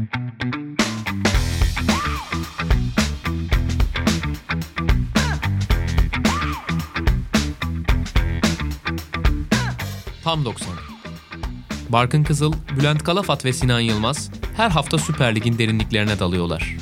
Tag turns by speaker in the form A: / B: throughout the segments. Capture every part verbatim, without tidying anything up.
A: Tam doksan. Barkın Kızıl, Bülent Kalafat ve Sinan Yılmaz her hafta Süper Lig'in derinliklerine dalıyorlar.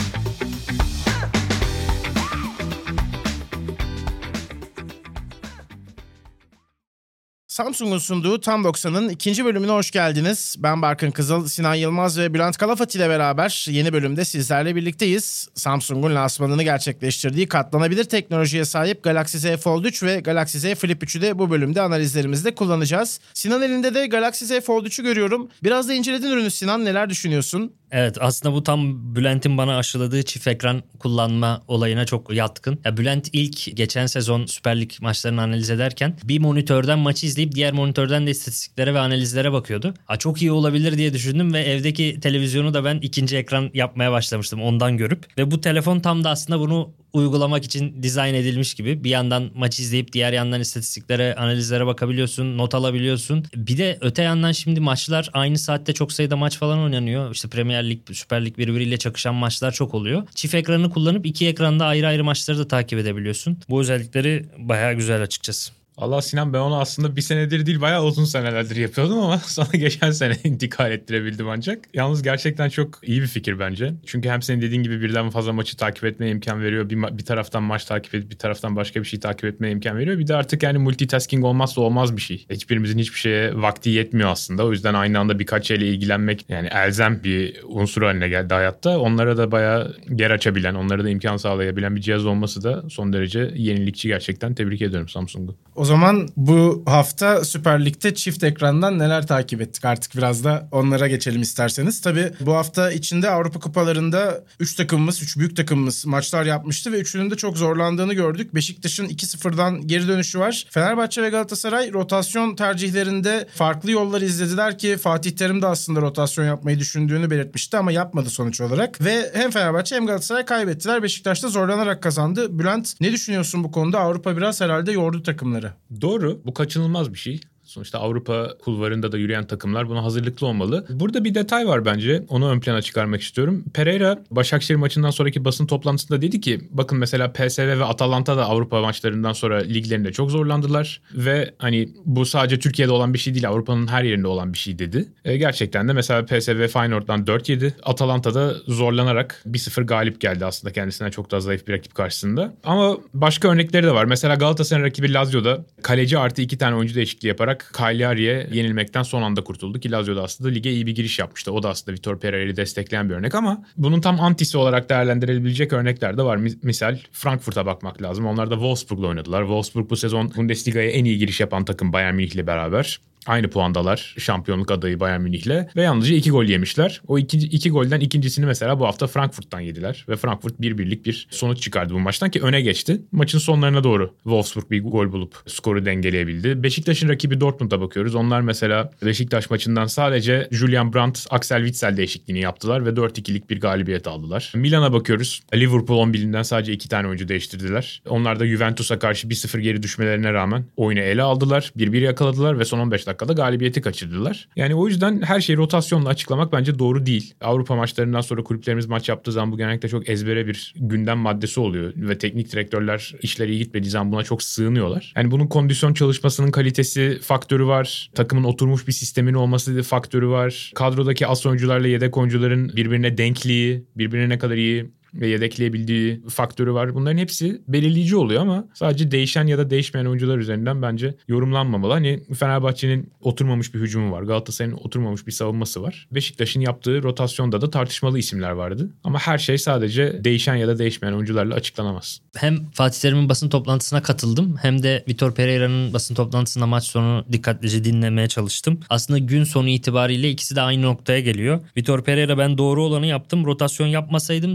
B: Samsung'un sunduğu Tam doksanın ikinci bölümüne hoş geldiniz. Ben Barkın Kızıl, Sinan Yılmaz ve Bülent Kalafat ile beraber yeni bölümde sizlerle birlikteyiz. Samsung'un lansmanını gerçekleştirdiği katlanabilir teknolojiye sahip Galaxy Z Fold üç ve Galaxy Z Flip üçü de bu bölümde analizlerimizde kullanacağız. Sinan elinde de Galaxy Z Fold üçü görüyorum. Biraz da inceledin ürünü Sinan, neler düşünüyorsun?
C: Evet, aslında bu tam Bülent'in bana aşıladığı çift ekran kullanma olayına çok yatkın. Ya Bülent ilk geçen sezon Süper Lig maçlarını analiz ederken bir monitörden maçı izleyip diğer monitörden de istatistiklere ve analizlere bakıyordu. Ha, çok iyi olabilir diye düşündüm ve evdeki televizyonu da ben ikinci ekran yapmaya başlamıştım ondan görüp. Ve bu telefon tam da aslında bunu uygulamak için dizayn edilmiş gibi. Bir yandan maç izleyip diğer yandan istatistiklere, analizlere bakabiliyorsun, not alabiliyorsun. Bir de öte yandan şimdi maçlar aynı saatte çok sayıda maç falan oynanıyor. İşte Premier Lig, Süper Lig birbiriyle çakışan maçlar çok oluyor. Çift ekranı kullanıp iki ekranda ayrı ayrı maçları da takip edebiliyorsun. Bu özellikleri bayağı güzel açıkçası.
D: Allah Sinan, ben onu aslında bir senedir değil bayağı uzun senelerdir yapıyordum ama sana geçen sene intikal ettirebildim ancak. Yalnız gerçekten çok iyi bir fikir bence. Çünkü hem senin dediğin gibi birden fazla maçı takip etmeye imkan veriyor. Bir, ma- bir taraftan maç takip edip bir taraftan başka bir şey takip etmeye imkan veriyor. Bir de artık yani multitasking olmazsa olmaz bir şey. Hiçbirimizin hiçbir şeye vakti yetmiyor aslında. O yüzden aynı anda birkaç şeyle ilgilenmek yani elzem bir unsur haline geldi hayatta. Onlara da bayağı yer açabilen, onlara da imkan sağlayabilen bir cihaz olması da son derece yenilikçi gerçekten. Tebrik ediyorum Samsung'u.
B: O zaman bu hafta Süper Lig'de çift ekrandan neler takip ettik? Artık biraz da onlara geçelim isterseniz. Tabii bu hafta içinde Avrupa Kupalarında üç takımımız, üç büyük takımımız maçlar yapmıştı ve üçünün de çok zorlandığını gördük. Beşiktaş'ın iki sıfırdan geri dönüşü var. Fenerbahçe ve Galatasaray rotasyon tercihlerinde farklı yollar izlediler ki Fatih Terim de aslında rotasyon yapmayı düşündüğünü belirtmişti ama yapmadı sonuç olarak. Ve hem Fenerbahçe hem Galatasaray kaybettiler. Beşiktaş da zorlanarak kazandı. Bülent, ne düşünüyorsun bu konuda? Avrupa biraz herhalde yordu takımları.
D: Doğru. Bu kaçınılmaz bir şey. Sonuçta Avrupa kulvarında da yürüyen takımlar buna hazırlıklı olmalı. Burada bir detay var bence. Onu ön plana çıkarmak istiyorum. Pereira Başakşehir maçından sonraki basın toplantısında dedi ki bakın mesela P S V ve Atalanta da Avrupa maçlarından sonra liglerinde çok zorlandılar. Ve hani bu sadece Türkiye'de olan bir şey değil, Avrupa'nın her yerinde olan bir şey dedi. E, gerçekten de mesela P S V Feyenoord'dan dört yedi. Atalanta'da zorlanarak bir sıfır galip geldi aslında kendisinden çok daha zayıf bir rakip karşısında. Ama başka örnekleri de var. Mesela Galatasaray'ın rakibi Lazio'da kaleci artı iki tane oyuncu değişikliği yaparak Cagliari'ye yenilmekten son anda kurtuldu ki Lazio'da aslında lige iyi bir giriş yapmıştı. O da aslında Vitor Pereira'yı destekleyen bir örnek ama bunun tam antisi olarak değerlendirilebilecek örnekler de var. Misal Frankfurt'a bakmak lazım. Onlar da Wolfsburg'la oynadılar. Wolfsburg bu sezon Bundesliga'ya en iyi giriş yapan takım Bayern Münih'le beraber. Aynı puandalar şampiyonluk adayı Bayern Münih'le ve yalnızca iki gol yemişler. O iki, iki golden ikincisini mesela bu hafta Frankfurt'tan yediler ve Frankfurt bir birlik bir sonuç çıkardı bu maçtan ki öne geçti. Maçın sonlarına doğru Wolfsburg bir gol bulup skoru dengeleyebildi. Beşiktaş'ın rakibi Dortmund'a bakıyoruz. Onlar mesela Beşiktaş maçından sadece Julian Brandt, Axel Witsel değişikliğini yaptılar ve dört ikilik bir galibiyet aldılar. Milan'a bakıyoruz. Liverpool on birinden sadece iki tane oyuncu değiştirdiler. Onlar da Juventus'a karşı bir sıfır geri düşmelerine rağmen oyunu ele aldılar. bir bir yakaladılar ve son on beş dakika dakikada galibiyeti kaçırdılar. Yani o yüzden her şeyi rotasyonla açıklamak bence doğru değil. Avrupa maçlarından sonra kulüplerimiz maç yaptığı zaman bu genellikle çok ezbere bir gündem maddesi oluyor ve teknik direktörler işleri iyi gitmediği zaman buna çok sığınıyorlar. Yani bunun kondisyon çalışmasının kalitesi faktörü var. Takımın oturmuş bir sistemin olması faktörü var. Kadrodaki as oyuncularla yedek oyuncuların birbirine denkliği, birbirine ne kadar iyi ve yedekleyebildiği faktörü var. Bunların hepsi belirleyici oluyor ama sadece değişen ya da değişmeyen oyuncular üzerinden bence yorumlanmamalı. Hani Fenerbahçe'nin oturmamış bir hücumu var. Galatasaray'ın oturmamış bir savunması var. Beşiktaş'ın yaptığı rotasyonda da tartışmalı isimler vardı. Ama her şey sadece değişen ya da değişmeyen oyuncularla açıklanamaz.
C: Hem Fatih Terim'in basın toplantısına katıldım hem de Vitor Pereira'nın basın toplantısında maç sonu dikkatlice dinlemeye çalıştım. Aslında gün sonu itibariyle ikisi de aynı noktaya geliyor. Vitor Pereira ben doğru olanı yaptım. Rotasyon yapmasaydım da yenilirdim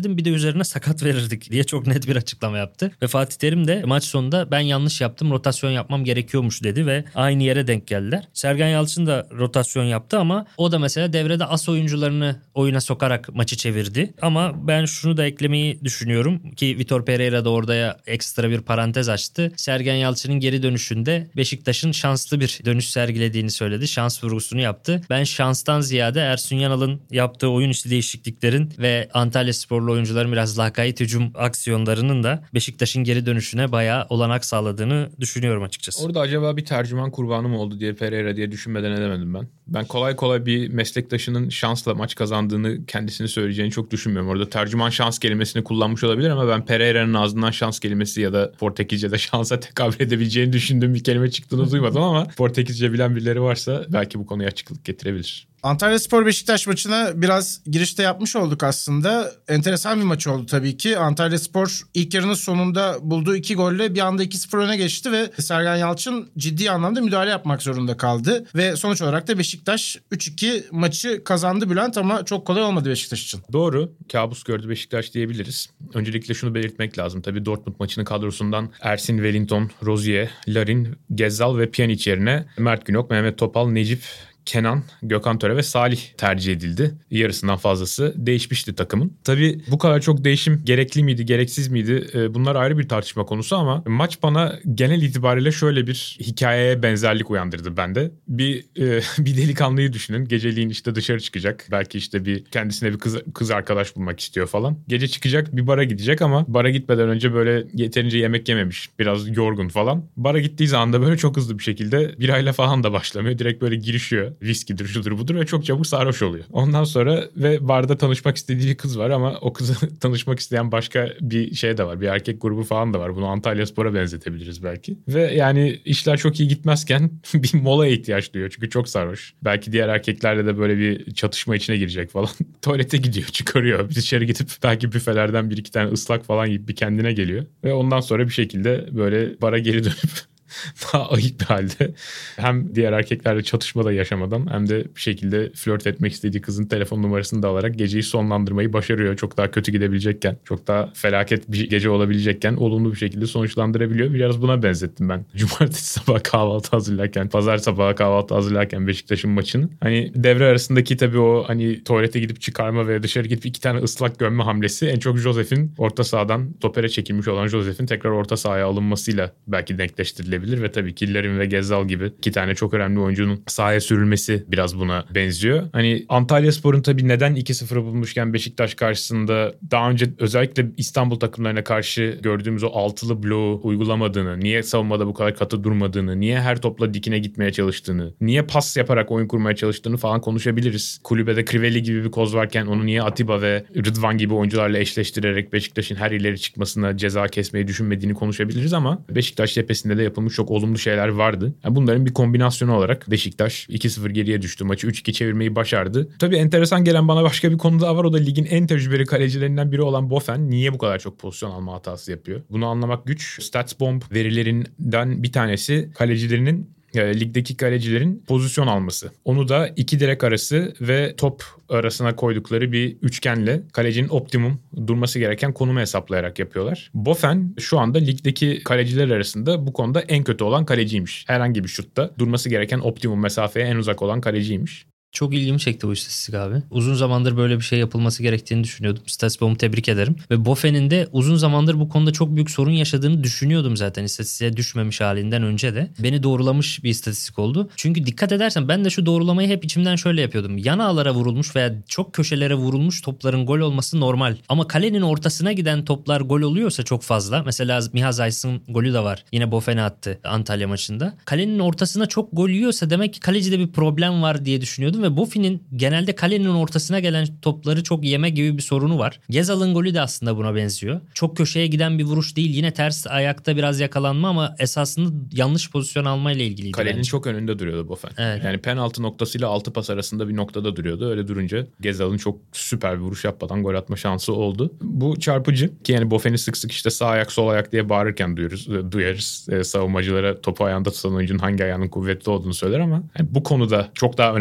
C: verirdim bir de üzerine sakat verirdik diye çok net bir açıklama yaptı. Ve Fatih Terim de maç sonunda ben yanlış yaptım, rotasyon yapmam gerekiyormuş dedi ve aynı yere denk geldiler. Sergen Yalçın da rotasyon yaptı ama o da mesela devrede as oyuncularını oyuna sokarak maçı çevirdi. Ama ben şunu da eklemeyi düşünüyorum ki Vitor Pereira da orada ekstra bir parantez açtı. Sergen Yalçın'ın geri dönüşünde Beşiktaş'ın şanslı bir dönüş sergilediğini söyledi. Şans vurgusunu yaptı. Ben şanstan ziyade Ersun Yanal'ın yaptığı oyun içi değişikliklerin ve Antalyasporlu oyuncuların biraz lakayt hücum aksiyonlarının da Beşiktaş'ın geri dönüşüne bayağı olanak sağladığını düşünüyorum açıkçası.
D: Orada acaba bir tercüman kurbanı mı oldu diye Pereira diye düşünmeden edemedim ben. Ben kolay kolay bir meslektaşının şansla maç kazandığını kendisini söyleyeceğini çok düşünmüyorum. Orada tercüman şans kelimesini kullanmış olabilir ama ben Pereira'nın ağzından şans kelimesi ya da Portekizce'de şansa tekabül edebileceğini düşündüğüm bir kelime çıktığını duymadım ama Portekizce bilen birileri varsa belki bu konuya açıklık getirebilir.
B: Antalyaspor Beşiktaş maçına biraz girişte yapmış olduk aslında. Enteresan bir maç oldu tabii ki. Antalyaspor ilk yarının sonunda bulduğu iki golle bir anda iki sıfır öne geçti ve Sergen Yalçın ciddi anlamda müdahale yapmak zorunda kaldı. Ve sonuç olarak da Beşiktaş üç iki maçı kazandı Bülent ama çok kolay olmadı Beşiktaş için.
D: Doğru. Kabus gördü Beşiktaş diyebiliriz. Öncelikle şunu belirtmek lazım. Tabii Dortmund maçının kadrosundan Ersin, Wellington, Rozier, Larin, Gezzal ve Pjanic yerine Mert Günok, Mehmet Topal, Necip, Kenan, Gökhan Töre ve Salih tercih edildi. Yarısından fazlası değişmişti takımın. Tabii bu kadar çok değişim gerekli miydi, gereksiz miydi? Bunlar ayrı bir tartışma konusu ama maç bana genel itibariyle şöyle bir hikayeye benzerlik uyandırdı bende. Bir e, bir delikanlıyı düşünün. Geceliğin işte dışarı çıkacak. Belki işte bir kendisine bir kız, kız arkadaş bulmak istiyor falan. Gece çıkacak, bir bara gidecek ama bara gitmeden önce böyle yeterince yemek yememiş. Biraz yorgun falan. Bara gittiği zaman da böyle çok hızlı bir şekilde birayla falan da başlamıyor. Direkt böyle girişiyor. Viskidir, şudur budur ve çok çabuk sarhoş oluyor. Ondan sonra ve barda tanışmak istediği bir kız var ama o kızı tanışmak isteyen başka bir şey de var. Bir erkek grubu falan da var. Bunu Antalyaspor'a benzetebiliriz belki. Ve yani işler çok iyi gitmezken bir molaya ihtiyaç duyuyor. Çünkü çok sarhoş. Belki diğer erkeklerle de böyle bir çatışma içine girecek falan. Tuvalete gidiyor, çıkarıyor. Dışarı gidip belki büfelerden bir iki tane ıslak falan yiyip bir kendine geliyor. Ve ondan sonra bir şekilde böyle bara geri dönüp daha ayık bir halde hem diğer erkeklerle çatışmada yaşamadan hem de bir şekilde flört etmek istediği kızın telefon numarasını da alarak geceyi sonlandırmayı başarıyor. Çok daha kötü gidebilecekken, çok daha felaket bir gece olabilecekken olumlu bir şekilde sonuçlandırabiliyor. Biraz buna benzettim ben. Cumartesi sabahı kahvaltı hazırlarken, pazar sabahı kahvaltı hazırlarken Beşiktaş'ın maçını. Hani devre arasındaki tabii o hani tuvalete gidip çıkarma ve dışarı gidip iki tane ıslak gömme hamlesi en çok Josef'in orta sahadan topere çekilmiş olan Josef'in tekrar orta sahaya alınmasıyla belki denkleştirilebilir. Ve tabii ki Larin ve Gezzal gibi iki tane çok önemli oyuncunun sahaya sürülmesi biraz buna benziyor. Hani Antalyaspor'un tabii neden iki sıfır bulmuşken Beşiktaş karşısında daha önce özellikle İstanbul takımlarına karşı gördüğümüz o altılı bloğu uygulamadığını, niye savunmada bu kadar katı durmadığını, niye her topla dikine gitmeye çalıştığını, niye pas yaparak oyun kurmaya çalıştığını falan konuşabiliriz. Kulübede Crivelli gibi bir koz varken onu niye Atiba ve Rıdvan gibi oyuncularla eşleştirerek Beşiktaş'ın her ileri çıkmasına ceza kesmeyi düşünmediğini konuşabiliriz ama Beşiktaş cephesinde de yapılmış çok olumlu şeyler vardı. Yani bunların bir kombinasyonu olarak Beşiktaş iki sıfır geriye düştü. Maçı üç iki çevirmeyi başardı. Tabii enteresan gelen bana başka bir konu daha var. O da ligin en tecrübeli kalecilerinden biri olan Bofen. Niye bu kadar çok pozisyon alma hatası yapıyor? Bunu anlamak güç. StatsBomb verilerinden bir tanesi kalecilerinin ligdeki kalecilerin pozisyon alması. Onu da iki direk arası ve top arasına koydukları bir üçgenle kalecinin optimum durması gereken konumu hesaplayarak yapıyorlar. Bofen şu anda ligdeki kaleciler arasında bu konuda en kötü olan kaleciymiş. Herhangi bir şutta durması gereken optimum mesafeye en uzak olan kaleciymiş.
C: Çok ilgimi çekti bu istatistik abi. Uzun zamandır böyle bir şey yapılması gerektiğini düşünüyordum. StatsBomb'u tebrik ederim. Ve Bofen'in de uzun zamandır bu konuda çok büyük sorun yaşadığını düşünüyordum zaten. İstatistiğe düşmemiş halinden önce de. Beni doğrulamış bir istatistik oldu. Çünkü dikkat edersen ben de şu doğrulamayı hep içimden şöyle yapıyordum. Yan ağlara vurulmuş veya çok köşelere vurulmuş topların gol olması normal. Ama kalenin ortasına giden toplar gol oluyorsa çok fazla. Mesela Miha Zayt'sın golü de var. Yine Bofen'e attı Antalya maçında. Kalenin ortasına çok gol yiyorsa demek ki kalecide bir problem var diye düşünüyordum. Ve Bofi'nin genelde kalenin ortasına gelen topları çok yeme gibi bir sorunu var. Gezzal'ın golü de aslında buna benziyor. Çok köşeye giden bir vuruş değil. Yine ters ayakta biraz yakalanma ama esasında yanlış pozisyon almayla ilgiliydi.
D: Kalenin
C: bence.
D: çok önünde duruyordu Bofen.
C: Evet.
D: Yani penaltı noktasıyla altı pas arasında bir noktada duruyordu. Öyle durunca Gezzal'ın çok süper bir vuruş yapmadan gol atma şansı oldu. Bu çarpıcı ki yani Bofen'i sık sık işte sağ ayak sol ayak diye bağırırken duyarız, duyarız. E, savunmacılara topu ayağında tutan oyuncunun hangi ayağının kuvvetli olduğunu söyler ama yani bu konuda çok daha önemli olan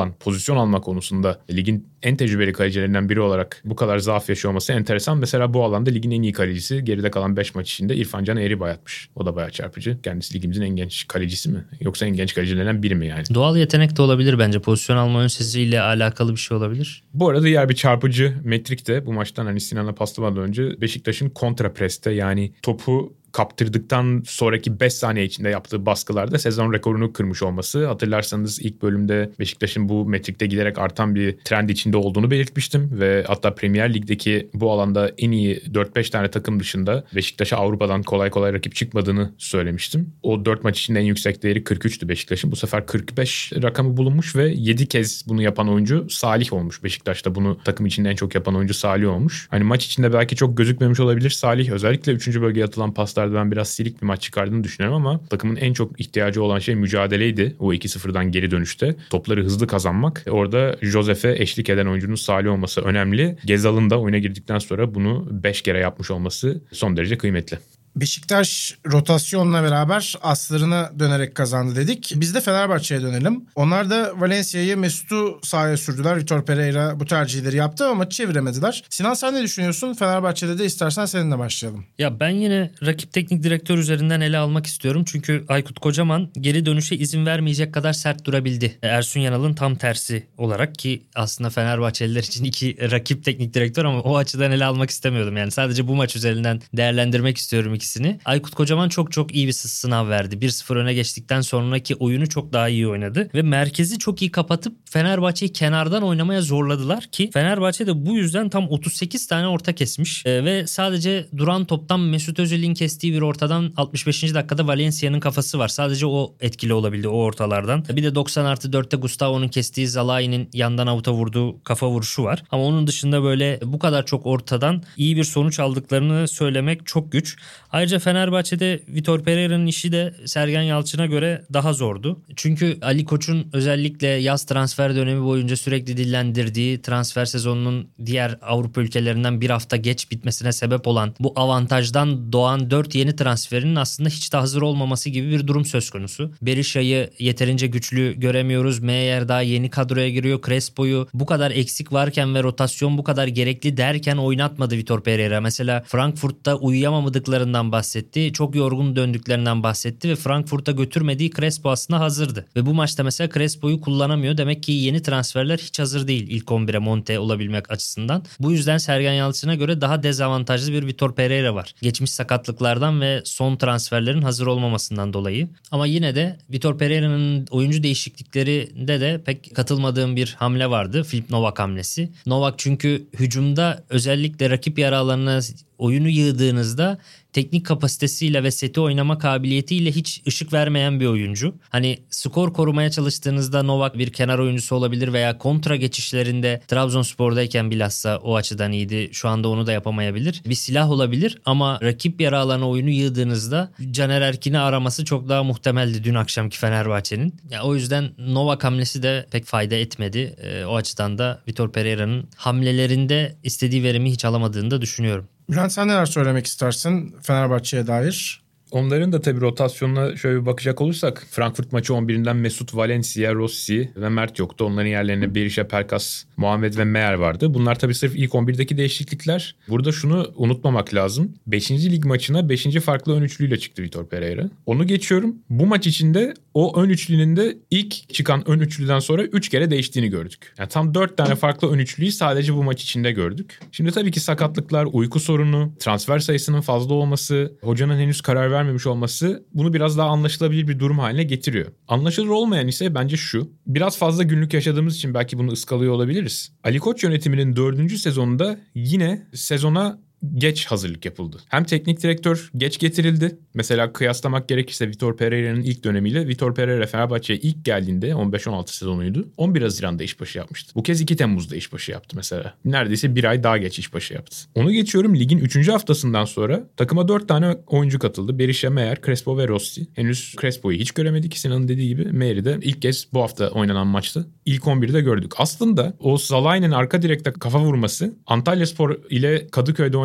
D: olan pozisyon alma konusunda ligin en tecrübeli kalecilerinden biri olarak bu kadar zaaf yaşıyor olması enteresan. Mesela bu alanda ligin en iyi kalecisi geride kalan beş maç içinde İrfan Can Eğri bayatmış. O da bayağı çarpıcı. Kendisi ligimizin en genç kalecisi mi? Yoksa en genç kalecilerinden biri mi yani?
C: Doğal yetenek de olabilir bence. Pozisyon alma ön seziyle alakalı bir şey olabilir.
D: Bu arada diğer bir çarpıcı metrik de bu maçtan hani Sinan'la paslamadan önce Beşiktaş'ın kontra preste, yani topu kaptırdıktan sonraki beş saniye içinde yaptığı baskılarda sezon rekorunu kırmış olması. Hatırlarsanız ilk bölümde Beşiktaş'ın bu metrikte giderek artan bir trend içinde olduğunu belirtmiştim ve hatta Premier Lig'deki bu alanda en iyi dört beş tane takım dışında Beşiktaş'a Avrupa'dan kolay kolay rakip çıkmadığını söylemiştim. O dört maç içinde en yüksek değeri kırk üçtü Beşiktaş'ın. Bu sefer kırk beş rakamı bulunmuş ve yedi kez bunu yapan oyuncu Salih olmuş. Beşiktaş'ta bunu takım içinde en çok yapan oyuncu Salih olmuş. Hani maç içinde belki çok gözükmemiş olabilir Salih. Özellikle üçüncü bölgeye atılan paslar ben biraz silik bir maç çıkardığını düşünüyorum ama takımın en çok ihtiyacı olan şey mücadeleydi. O iki sıfırdan geri dönüşte. Topları hızlı kazanmak. Orada Josef'e eşlik eden oyuncunun Salih olması önemli. Gezal'ın da oyuna girdikten sonra bunu beş kere yapmış olması son derece kıymetli.
B: Beşiktaş rotasyonla beraber aslarına dönerek kazandı dedik. Biz de Fenerbahçe'ye dönelim. Onlar da Valencia'yı, Mesut'u sahaya sürdüler. Vitor Pereira bu tercihleri yaptı ama maçı çeviremediler. Sinan, sen ne düşünüyorsun? Fenerbahçe'de de istersen seninle başlayalım.
C: Ya ben yine rakip teknik direktör üzerinden ele almak istiyorum. Çünkü Aykut Kocaman geri dönüşe izin vermeyecek kadar sert durabildi. Ersun Yanal'ın tam tersi olarak, ki aslında Fenerbahçeliler için iki rakip teknik direktör ama o açıdan ele almak istemiyordum. Yani sadece bu maç üzerinden değerlendirmek istiyorum ikisini. Aykut Kocaman çok çok iyi bir sınav verdi. bir sıfır öne geçtikten sonraki oyunu çok daha iyi oynadı ve merkezi çok iyi kapatıp Fenerbahçe'yi kenardan oynamaya zorladılar ki Fenerbahçe de bu yüzden tam otuz sekiz tane orta kesmiş ee, ve sadece duran toptan Mesut Özil'in kestiği bir ortadan altmış beşinci dakikada Valencia'nın kafası var. Sadece o etkili olabildi o ortalardan. Bir de doksan artı dörtte Gustavo'nun kestiği Zalai'nin yandan avuta vurduğu kafa vuruşu var. Ama onun dışında böyle bu kadar çok ortadan iyi bir sonuç aldıklarını söylemek çok güç. Ayrıca Fenerbahçe'de Vitor Pereira'nın işi de Sergen Yalçın'a göre daha zordu. Çünkü Ali Koç'un özellikle yaz transfer dönemi boyunca sürekli dillendirdiği, transfer sezonunun diğer Avrupa ülkelerinden bir hafta geç bitmesine sebep olan bu avantajdan doğan dört yeni transferinin aslında hiç de hazır olmaması gibi bir durum söz konusu. Berisha'yı yeterince güçlü göremiyoruz. Meyer daha yeni kadroya giriyor. Crespo'yu bu kadar eksik varken ve rotasyon bu kadar gerekli derken oynatmadı Vitor Pereira. Mesela Frankfurt'ta uyuyamamadıklarından bahsetti. Çok yorgun döndüklerinden bahsetti ve Frankfurt'a götürmediği Crespo aslında hazırdı. Ve bu maçta mesela Crespo'yu kullanamıyor. Demek ki yeni transferler hiç hazır değil ilk on bire monte olabilmek açısından. Bu yüzden Sergen Yalçın'a göre daha dezavantajlı bir Vitor Pereira var. Geçmiş sakatlıklardan ve son transferlerin hazır olmamasından dolayı. Ama yine de Vitor Pereira'nın oyuncu değişikliklerinde de pek katılmadığım bir hamle vardı. Filip Novak hamlesi. Novak çünkü hücumda özellikle rakip yarı alanına oyunu yığdığınızda teknik kapasitesiyle ve seti oynama kabiliyetiyle hiç ışık vermeyen bir oyuncu. Hani skor korumaya çalıştığınızda Novak bir kenar oyuncusu olabilir veya kontra geçişlerinde Trabzonspor'dayken bilhassa o açıdan iyiydi. Şu anda onu da yapamayabilir. Bir silah olabilir ama rakip yarı alana oyunu yığdığınızda Caner Erkin'i araması çok daha muhtemeldi dün akşamki Fenerbahçe'nin. Ya o yüzden Novak hamlesi de pek fayda etmedi. E, o açıdan da Vitor Pereira'nın hamlelerinde istediği verimi hiç alamadığını da düşünüyorum.
B: Bülent, sen neler söylemek istersin Fenerbahçe'ye dair?
D: Onların da tabii rotasyonuna şöyle bir bakacak olursak Frankfurt maçı on birinden Mesut, Valencia, Rossi ve Mert yoktu. Onların yerlerine Berisha, Pelkas, Muhammed ve Meyer vardı. Bunlar tabii sırf ilk on birdeki değişiklikler. Burada şunu unutmamak lazım. beşinci lig maçına beşinci farklı ön üçlüyle çıktı Vitor Pereira. Onu geçiyorum. Bu maç içinde o ön üçlünün de ilk çıkan ön üçlüden sonra üç kere değiştiğini gördük. Yani tam dört tane farklı ön üçlüyü sadece bu maç içinde gördük. Şimdi tabii ki sakatlıklar, uyku sorunu, transfer sayısının fazla olması, hocanın henüz karar vermemiş olması bunu biraz daha anlaşılabilir bir durum haline getiriyor. Anlaşılır olmayan ise bence şu. Biraz fazla günlük yaşadığımız için belki bunu ıskalıyor olabiliriz. Ali Koç yönetiminin dördüncü sezonunda yine sezona geç hazırlık yapıldı. Hem teknik direktör geç getirildi. Mesela kıyaslamak gerekirse Vitor Pereira'nın ilk dönemiyle Vitor Pereira Fenerbahçe'ye ilk geldiğinde on beş on altı sezonuydu. on bir Haziran'da işbaşı yapmıştı. Bu kez iki Temmuz'da işbaşı yaptı mesela. Neredeyse bir ay daha geç işbaşı yaptı. Onu geçiyorum, ligin üçüncü haftasından sonra takıma dört tane oyuncu katıldı. Berisha, Meyer, Crespo ve Rossi. Henüz Crespo'yu hiç göremedik. Sinan'ın dediği gibi Meyer'i de ilk kez bu hafta oynanan maçta ilk on birde gördük. Aslında o Zalai'nin arka direkte kafa vurması Antalyaspor ile Kadıköy'de oynanan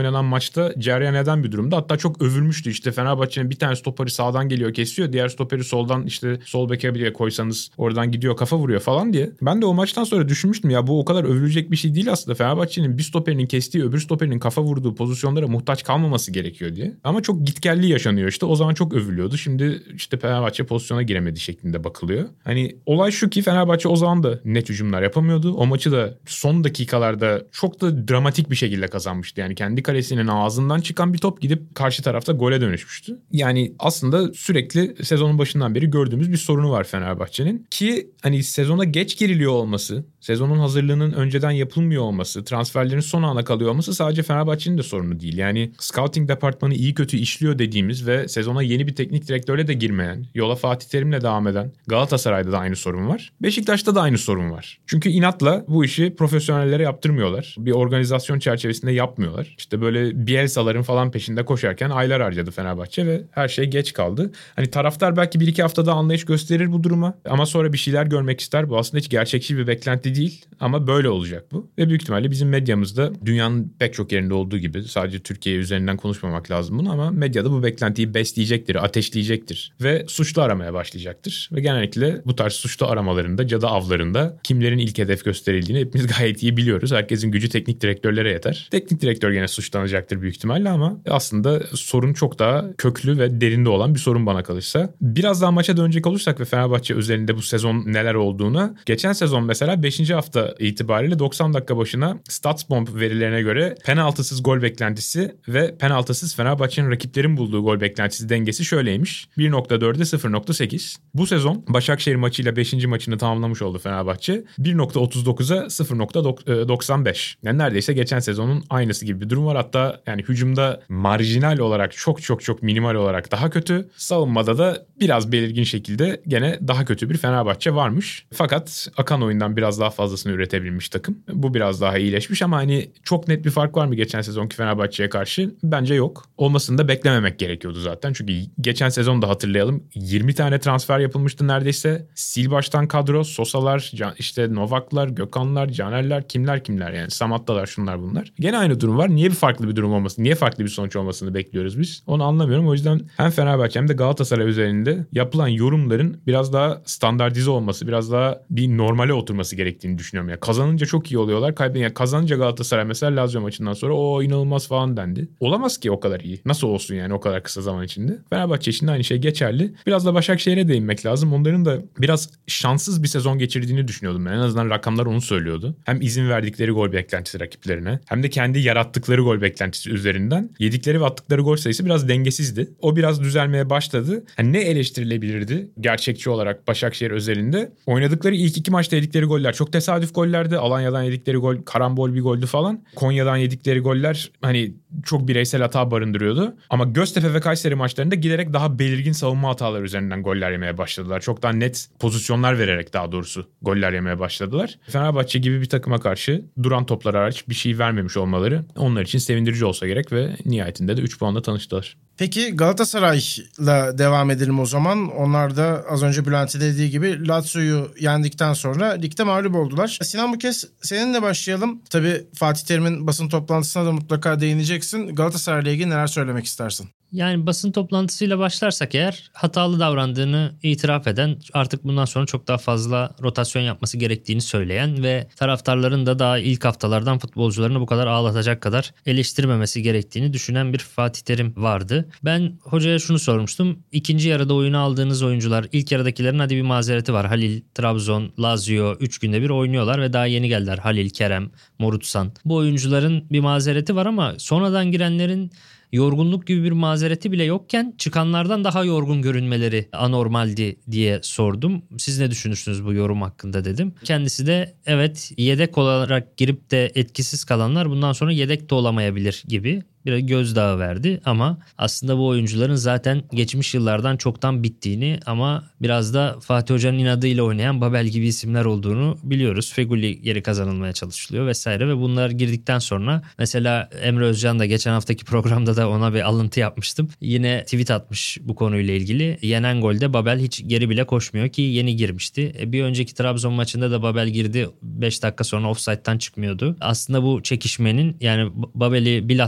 D: oynanan maçta cereyan eden bir durumda. Hatta çok övülmüştü işte Fenerbahçe'nin bir tane stoperi sağdan geliyor kesiyor. Diğer stoperi soldan işte sol beke bile koysanız oradan gidiyor kafa vuruyor falan diye. Ben de o maçtan sonra düşünmüştüm ya bu o kadar övülecek bir şey değil aslında. Fenerbahçe'nin bir stoperinin kestiği öbür stoperinin kafa vurduğu pozisyonlara muhtaç kalmaması gerekiyor diye. Ama çok gitgelli yaşanıyor işte. O zaman çok övülüyordu. Şimdi işte Fenerbahçe pozisyona giremedi şeklinde bakılıyor. Hani olay şu ki Fenerbahçe o zaman da net hücumlar yapamıyordu. O maçı da son dakikalarda çok da dramatik bir şekilde kazanmıştı. Yani kendi kalesinin ağzından çıkan bir top gidip karşı tarafta gole dönüşmüştü. Yani aslında sürekli sezonun başından beri gördüğümüz bir sorunu var Fenerbahçe'nin. Ki hani sezona geç giriliyor olması, sezonun hazırlığının önceden yapılmıyor olması, transferlerin son ana kalıyor olması sadece Fenerbahçe'nin de sorunu değil. Yani scouting departmanı iyi kötü işliyor dediğimiz ve sezona yeni bir teknik direktörle de girmeyen, yola Fatih Terim'le devam eden Galatasaray'da da aynı sorun var. Beşiktaş'ta da aynı sorun var. Çünkü inatla bu işi profesyonellere yaptırmıyorlar. Bir organizasyon çerçevesinde yapmıyorlar. İşte böyle Bielsa'ların falan peşinde koşarken aylar harcadı Fenerbahçe ve her şey geç kaldı. Hani taraftar belki bir iki haftada anlayış gösterir bu duruma ama sonra bir şeyler görmek ister. Bu aslında hiç gerçekçi bir beklenti değil ama böyle olacak bu. Ve büyük ihtimalle bizim medyamızda dünyanın pek çok yerinde olduğu gibi sadece Türkiye üzerinden konuşmamak lazım bunu ama medyada bu beklentiyi besleyecektir, ateşleyecektir ve suçlu aramaya başlayacaktır. Ve genellikle bu tarz suçlu aramalarında, cadı avlarında kimlerin ilk hedef gösterildiğini hepimiz gayet iyi biliyoruz. Herkesin gücü teknik direktörlere yeter. Teknik direktör gene suçlanacaktır büyük ihtimalle ama aslında sorun çok daha köklü ve derinde olan bir sorun bana kalırsa. Biraz daha maça dönecek olursak ve Fenerbahçe özelinde bu sezon neler olduğuna. Geçen sezon mesela beşinci hafta itibariyle doksan dakika başına StatsBomb verilerine göre penaltısız gol beklentisi ve penaltısız Fenerbahçe'nin rakiplerin bulduğu gol beklentisi dengesi şöyleymiş. bir nokta dörde sıfır nokta sekiz. Bu sezon Başakşehir maçıyla beşinci maçını tamamlamış oldu Fenerbahçe. bir nokta otuz dokuza sıfır nokta doksan beş. Yani neredeyse geçen sezonun aynısı gibi bir durum var. Hatta yani hücumda marjinal olarak çok çok çok minimal olarak daha kötü. Savunmada da biraz belirgin şekilde gene daha kötü bir Fenerbahçe varmış. Fakat akan oyundan biraz daha fazlasını üretebilmiş takım. Bu biraz daha iyileşmiş ama hani çok net bir fark var mı geçen sezonki Fenerbahçe'ye karşı? Bence yok. Olmasını da beklememek gerekiyordu zaten. Çünkü geçen sezon da hatırlayalım yirmi tane transfer yapılmıştı neredeyse. Sil baştan kadro, Sosalar, işte Novaklar, Gökhanlar, Canerler, kimler kimler yani Samattalar şunlar bunlar. Gene aynı durum var. Niye bir farklı bir durum olmasın? Niye farklı bir sonuç olmasını bekliyoruz biz? Onu anlamıyorum. O yüzden hem Fenerbahçe hem de Galatasaray üzerinde yapılan yorumların biraz daha standartize olması, biraz daha bir normale oturması gerektiğini düşünüyorum. Yani kazanınca çok iyi oluyorlar. Kaybedince yani kazanınca Galatasaray mesela Lazio maçından sonra o inanılmaz falan dendi. Olamaz ki o kadar iyi. Nasıl olsun yani o kadar kısa zaman içinde? Fenerbahçe için de aynı şey geçerli. Biraz da Başakşehir'e değinmek lazım. Onların da biraz şanssız bir sezon geçirdiğini düşünüyordum ben. En azından rakamlar onu söylüyordu. Hem izin verdikleri gol beklentisi rakiplerine hem de kendi yarattıkları gol beklentisi üzerinden yedikleri ve attıkları gol sayısı biraz dengesizdi. O biraz düzelmeye başladı. Yani ne eleştirilebilirdi gerçekçi olarak Başakşehir özelinde? Oynadıkları ilk iki maçta yedikleri goller çok tesadüf gollerdi. Alanya'dan yedikleri gol karambol bir goldü falan. Konya'dan yedikleri goller hani çok bireysel hata barındırıyordu. Ama Göztepe ve Kayseri maçlarında giderek daha belirgin savunma hataları üzerinden goller yemeye başladılar. Çok daha net pozisyonlar vererek daha doğrusu goller yemeye başladılar. Fenerbahçe gibi bir takıma karşı duran toplar hariç bir şey vermemiş olmaları onlar için sevindirici olsa gerek ve nihayetinde de üç puanla tanıştılar.
B: Peki Galatasaray'la devam edelim o zaman. Onlar da az önce Bülent'in dediği gibi Lazio'yu yendikten sonra ligde mağlup oldular. Sinan bu kez seninle başlayalım. Tabii Fatih Terim'in basın toplantısına da mutlaka değineceksin. Galatasaray'la ilgili neler söylemek istersin?
C: Yani basın toplantısıyla başlarsak eğer hatalı davrandığını itiraf eden, artık bundan sonra çok daha fazla rotasyon yapması gerektiğini söyleyen ve taraftarların da daha ilk haftalardan futbolcularını bu kadar ağlatacak kadar eleştirmemesi gerektiğini düşünen bir Fatih Terim vardı. Ben hocaya şunu sormuştum. İkinci yarıda oyuna aldığınız oyuncular, ilk yarıdakilerin hadi bir mazereti var. Halil, Trabzon, Lazio üç günde bir oynuyorlar ve daha yeni geldiler. Halil, Kerem, Morutsan. Bu oyuncuların bir mazereti var ama sonradan girenlerin yorgunluk gibi bir mazereti bile yokken çıkanlardan daha yorgun görünmeleri anormaldi diye sordum. Siz ne düşünürsünüz bu yorum hakkında dedim. Kendisi de evet, yedek olarak girip de etkisiz kalanlar bundan sonra yedek de olamayabilir gibi bir gözdağı verdi ama aslında bu oyuncuların zaten geçmiş yıllardan çoktan bittiğini ama biraz da Fatih Hoca'nın inadıyla oynayan Babel gibi isimler olduğunu biliyoruz. Feguli geri kazanılmaya çalışılıyor vesaire ve bunlar girdikten sonra mesela Emre Özcan da geçen haftaki programda da ona bir alıntı yapmıştım. Yine tweet atmış bu konuyla ilgili. Yenen golde Babel hiç geri bile koşmuyor ki yeni girmişti. Bir önceki Trabzon maçında da Babel girdi, beş dakika sonra ofsayttan çıkmıyordu. Aslında bu çekişmenin yani Babel'i bilhassa Fatih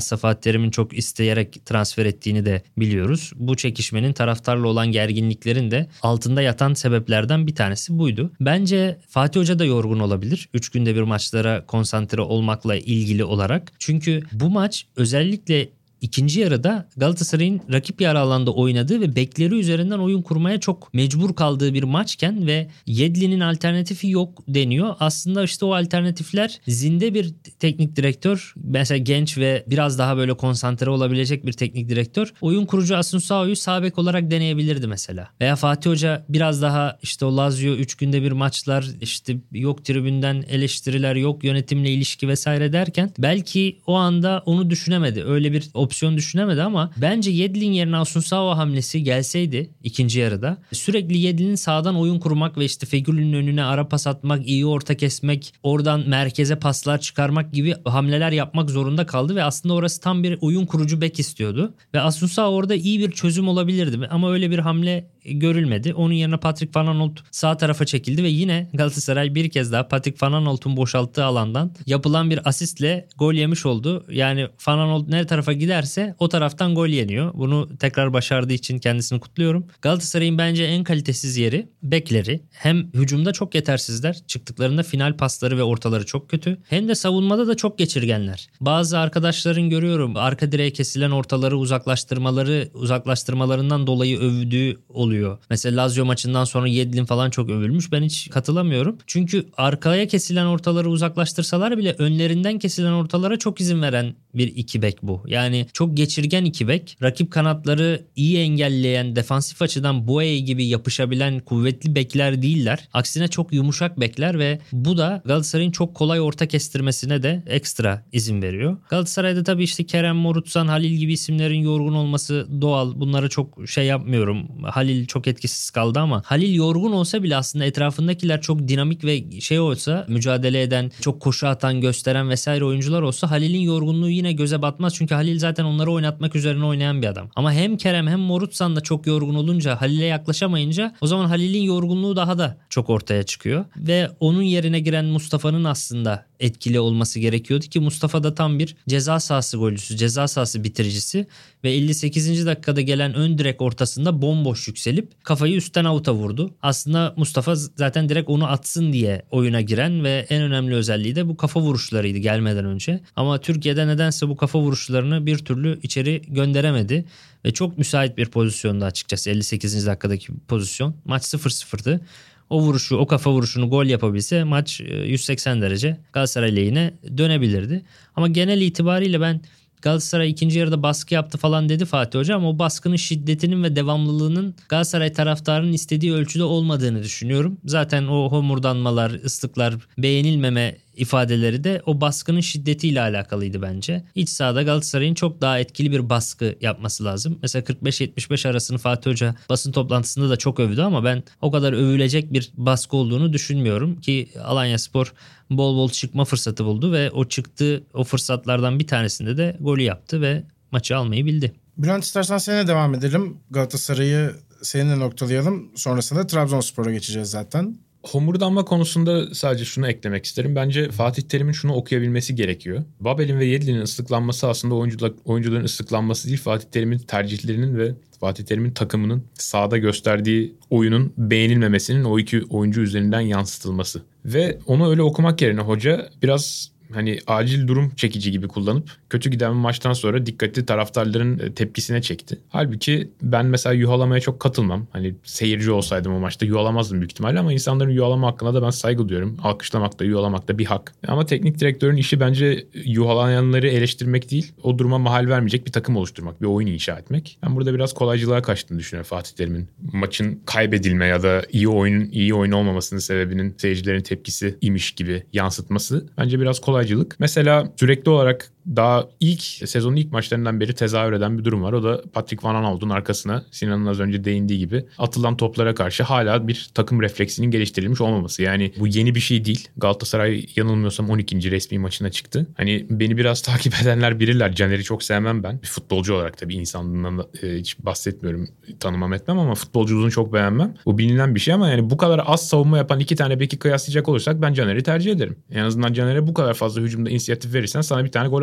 C: Terim'in çok isteyerek transfer ettiğini de biliyoruz. Bu çekişmenin taraftarla olan gerginliklerin de altında yatan sebeplerden bir tanesi buydu. Bence Fatih Hoca da yorgun olabilir. üç günde bir maçlara konsantre olmakla ilgili olarak. Çünkü bu maç özellikle İkinci yarıda Galatasaray'ın rakip yarı alanda oynadığı ve bekleri üzerinden oyun kurmaya çok mecbur kaldığı bir maçken ve Yedlin'in alternatifi yok deniyor. Aslında işte o alternatifler zinde bir teknik direktör, mesela genç ve biraz daha böyle konsantre olabilecek bir teknik direktör oyun kurucu Asunsao'yu sağ bek olarak deneyebilirdi mesela. Veya Fatih Hoca biraz daha işte o Lazio üç günde bir maçlar, işte yok tribünden eleştiriler, yok yönetimle ilişki vesaire derken belki o anda onu düşünemedi. Öyle bir opsiyon düşünemedi ama bence Yedlin yerine Asunsao hamlesi gelseydi ikinci yarıda sürekli Yedlin'in sağdan oyun kurmak ve işte Fegüli'nin önüne ara pas atmak, iyi orta kesmek, oradan merkeze paslar çıkarmak gibi hamleler yapmak zorunda kaldı ve aslında orası tam bir oyun kurucu bek istiyordu. Ve Asunsao orada iyi bir çözüm olabilirdi ama öyle bir hamle görülmedi. Onun yerine Patrick Van Aanholt sağ tarafa çekildi ve yine Galatasaray bir kez daha Patrick Van Aanholt'un boşalttığı alandan yapılan bir asistle gol yemiş oldu. Yani Van Aanholt ne tarafa giderse o taraftan gol yeniyor. Bunu tekrar başardığı için kendisini kutluyorum. Galatasaray'ın bence en kalitesiz yeri bekleri. Hem hücumda çok yetersizler. Çıktıklarında final pasları ve ortaları çok kötü. Hem de savunmada da çok geçirgenler. Bazı arkadaşların görüyorum arka direğe kesilen ortaları uzaklaştırmaları uzaklaştırmalarından dolayı övdüğü oluyor. Mesela Lazio maçından sonra Yedlin falan çok övülmüş. Ben hiç katılamıyorum. Çünkü arkaya kesilen ortaları uzaklaştırsalar bile önlerinden kesilen ortalara çok izin veren bir iki bek bu. Yani çok geçirgen iki bek. Rakip kanatları iyi engelleyen, defansif açıdan Boye gibi yapışabilen kuvvetli bekler değiller. Aksine çok yumuşak bekler ve bu da Galatasaray'ın çok kolay orta kestirmesine de ekstra izin veriyor. Galatasaray'da tabii işte Kerem, Morutsan, Halil gibi isimlerin yorgun olması doğal. Bunlara çok şey yapmıyorum. Halil çok etkisiz kaldı ama Halil yorgun olsa bile aslında etrafındakiler çok dinamik ve şey olsa, mücadele eden, çok koşu atan, gösteren vesaire oyuncular olsa Halil'in yorgunluğu yine göze batmaz. Çünkü Halil zaten onları oynatmak üzerine oynayan bir adam. Ama hem Kerem hem Morutsan da çok yorgun olunca, Halil'e yaklaşamayınca o zaman Halil'in yorgunluğu daha da çok ortaya çıkıyor. Ve onun yerine giren Mustafa'nın aslında etkili olması gerekiyordu ki Mustafa da tam bir ceza sahası golcüsü, ceza sahası bitiricisi ve elli sekizinci dakikada gelen ön direk ortasında bomboş yükselip kafayı üstten avuta vurdu. Aslında Mustafa zaten direkt onu atsın diye oyuna giren ve en önemli özelliği de bu kafa vuruşlarıydı gelmeden önce. Ama Türkiye'de nedense bu kafa vuruşlarını bir türlü içeri gönderemedi ve çok müsait bir pozisyonda açıkçası elli sekizinci dakikadaki pozisyon. Maç sıfır sıfırdı. O vuruşu, o kafa vuruşunu gol yapabilse maç yüz seksen derece Galatasaray lehine dönebilirdi. Ama genel itibariyle ben Galatasaray ikinci yarıda baskı yaptı falan dedi Fatih Hoca ama o baskının şiddetinin ve devamlılığının Galatasaray taraftarının istediği ölçüde olmadığını düşünüyorum. Zaten o homurdanmalar, ıslıklar, beğenilmeme ifadeleri de o baskının şiddetiyle alakalıydı bence. İç sahada Galatasaray'ın çok daha etkili bir baskı yapması lazım. Mesela kırk beş yetmiş beş arasını Fatih Hoca basın toplantısında da çok övdü ama ben o kadar övülecek bir baskı olduğunu düşünmüyorum ki Alanyaspor bol bol çıkma fırsatı buldu ve o çıktığı o fırsatlardan bir tanesinde de golü yaptı ve maçı almayı bildi.
B: Bülent, istersen seninle devam edelim. Galatasaray'ı seninle noktalayalım. Sonrasında Trabzonspor'a geçeceğiz zaten.
D: Homurdanma konusunda sadece şunu eklemek isterim. Bence Fatih Terim'in şunu okuyabilmesi gerekiyor. Babel'in ve Yedlin'in ıslıklanması aslında oyuncular, oyuncuların ıslıklanması değil, Fatih Terim'in tercihlerinin ve Fatih Terim'in takımının sahada gösterdiği oyunun beğenilmemesinin o iki oyuncu üzerinden yansıtılması. Ve onu öyle okumak yerine hoca biraz hani acil durum çekici gibi kullanıp kötü giden bir maçtan sonra dikkatli taraftarların tepkisine çekti. Halbuki ben mesela yuhalamaya çok katılmam. Hani seyirci olsaydım o maçta yuhalamazdım büyük ihtimalle ama insanların yuhalama hakkına da ben saygı duyuyorum. Alkışlamak da yuhalamak da bir hak. Ama teknik direktörün işi bence yuhalayanları eleştirmek değil, o duruma mahal vermeyecek bir takım oluşturmak, bir oyun inşa etmek. Ben burada biraz kolaycılığa kaçtığını düşünüyorum Fatih Terim'in. Maçın kaybedilme ya da iyi oyun iyi oyun olmamasının sebebinin seyircilerin tepkisi imiş gibi yansıtması bence biraz kolay. Mesela sürekli olarak daha ilk sezonun ilk maçlarından beri tezahür eden bir durum var. O da Patrick Van Aanholt'un arkasına Sinan'ın az önce değindiği gibi atılan toplara karşı hala bir takım refleksinin geliştirilmiş olmaması. Yani bu yeni bir şey değil. Galatasaray yanılmıyorsam on ikinci resmi maçına çıktı. Hani beni biraz takip edenler bilirler. Caner'i çok sevmem ben. Bir futbolcu olarak tabii insanlığından da, e, hiç bahsetmiyorum. Tanımam etmem ama futbolculuğunu çok beğenmem. Bu bilinen bir şey ama yani bu kadar az savunma yapan iki tane beki kıyaslayacak olursak ben Caner'i tercih ederim. En azından Caner'e bu kadar fazla hücumda inisiyatif verirsen sana bir tane gol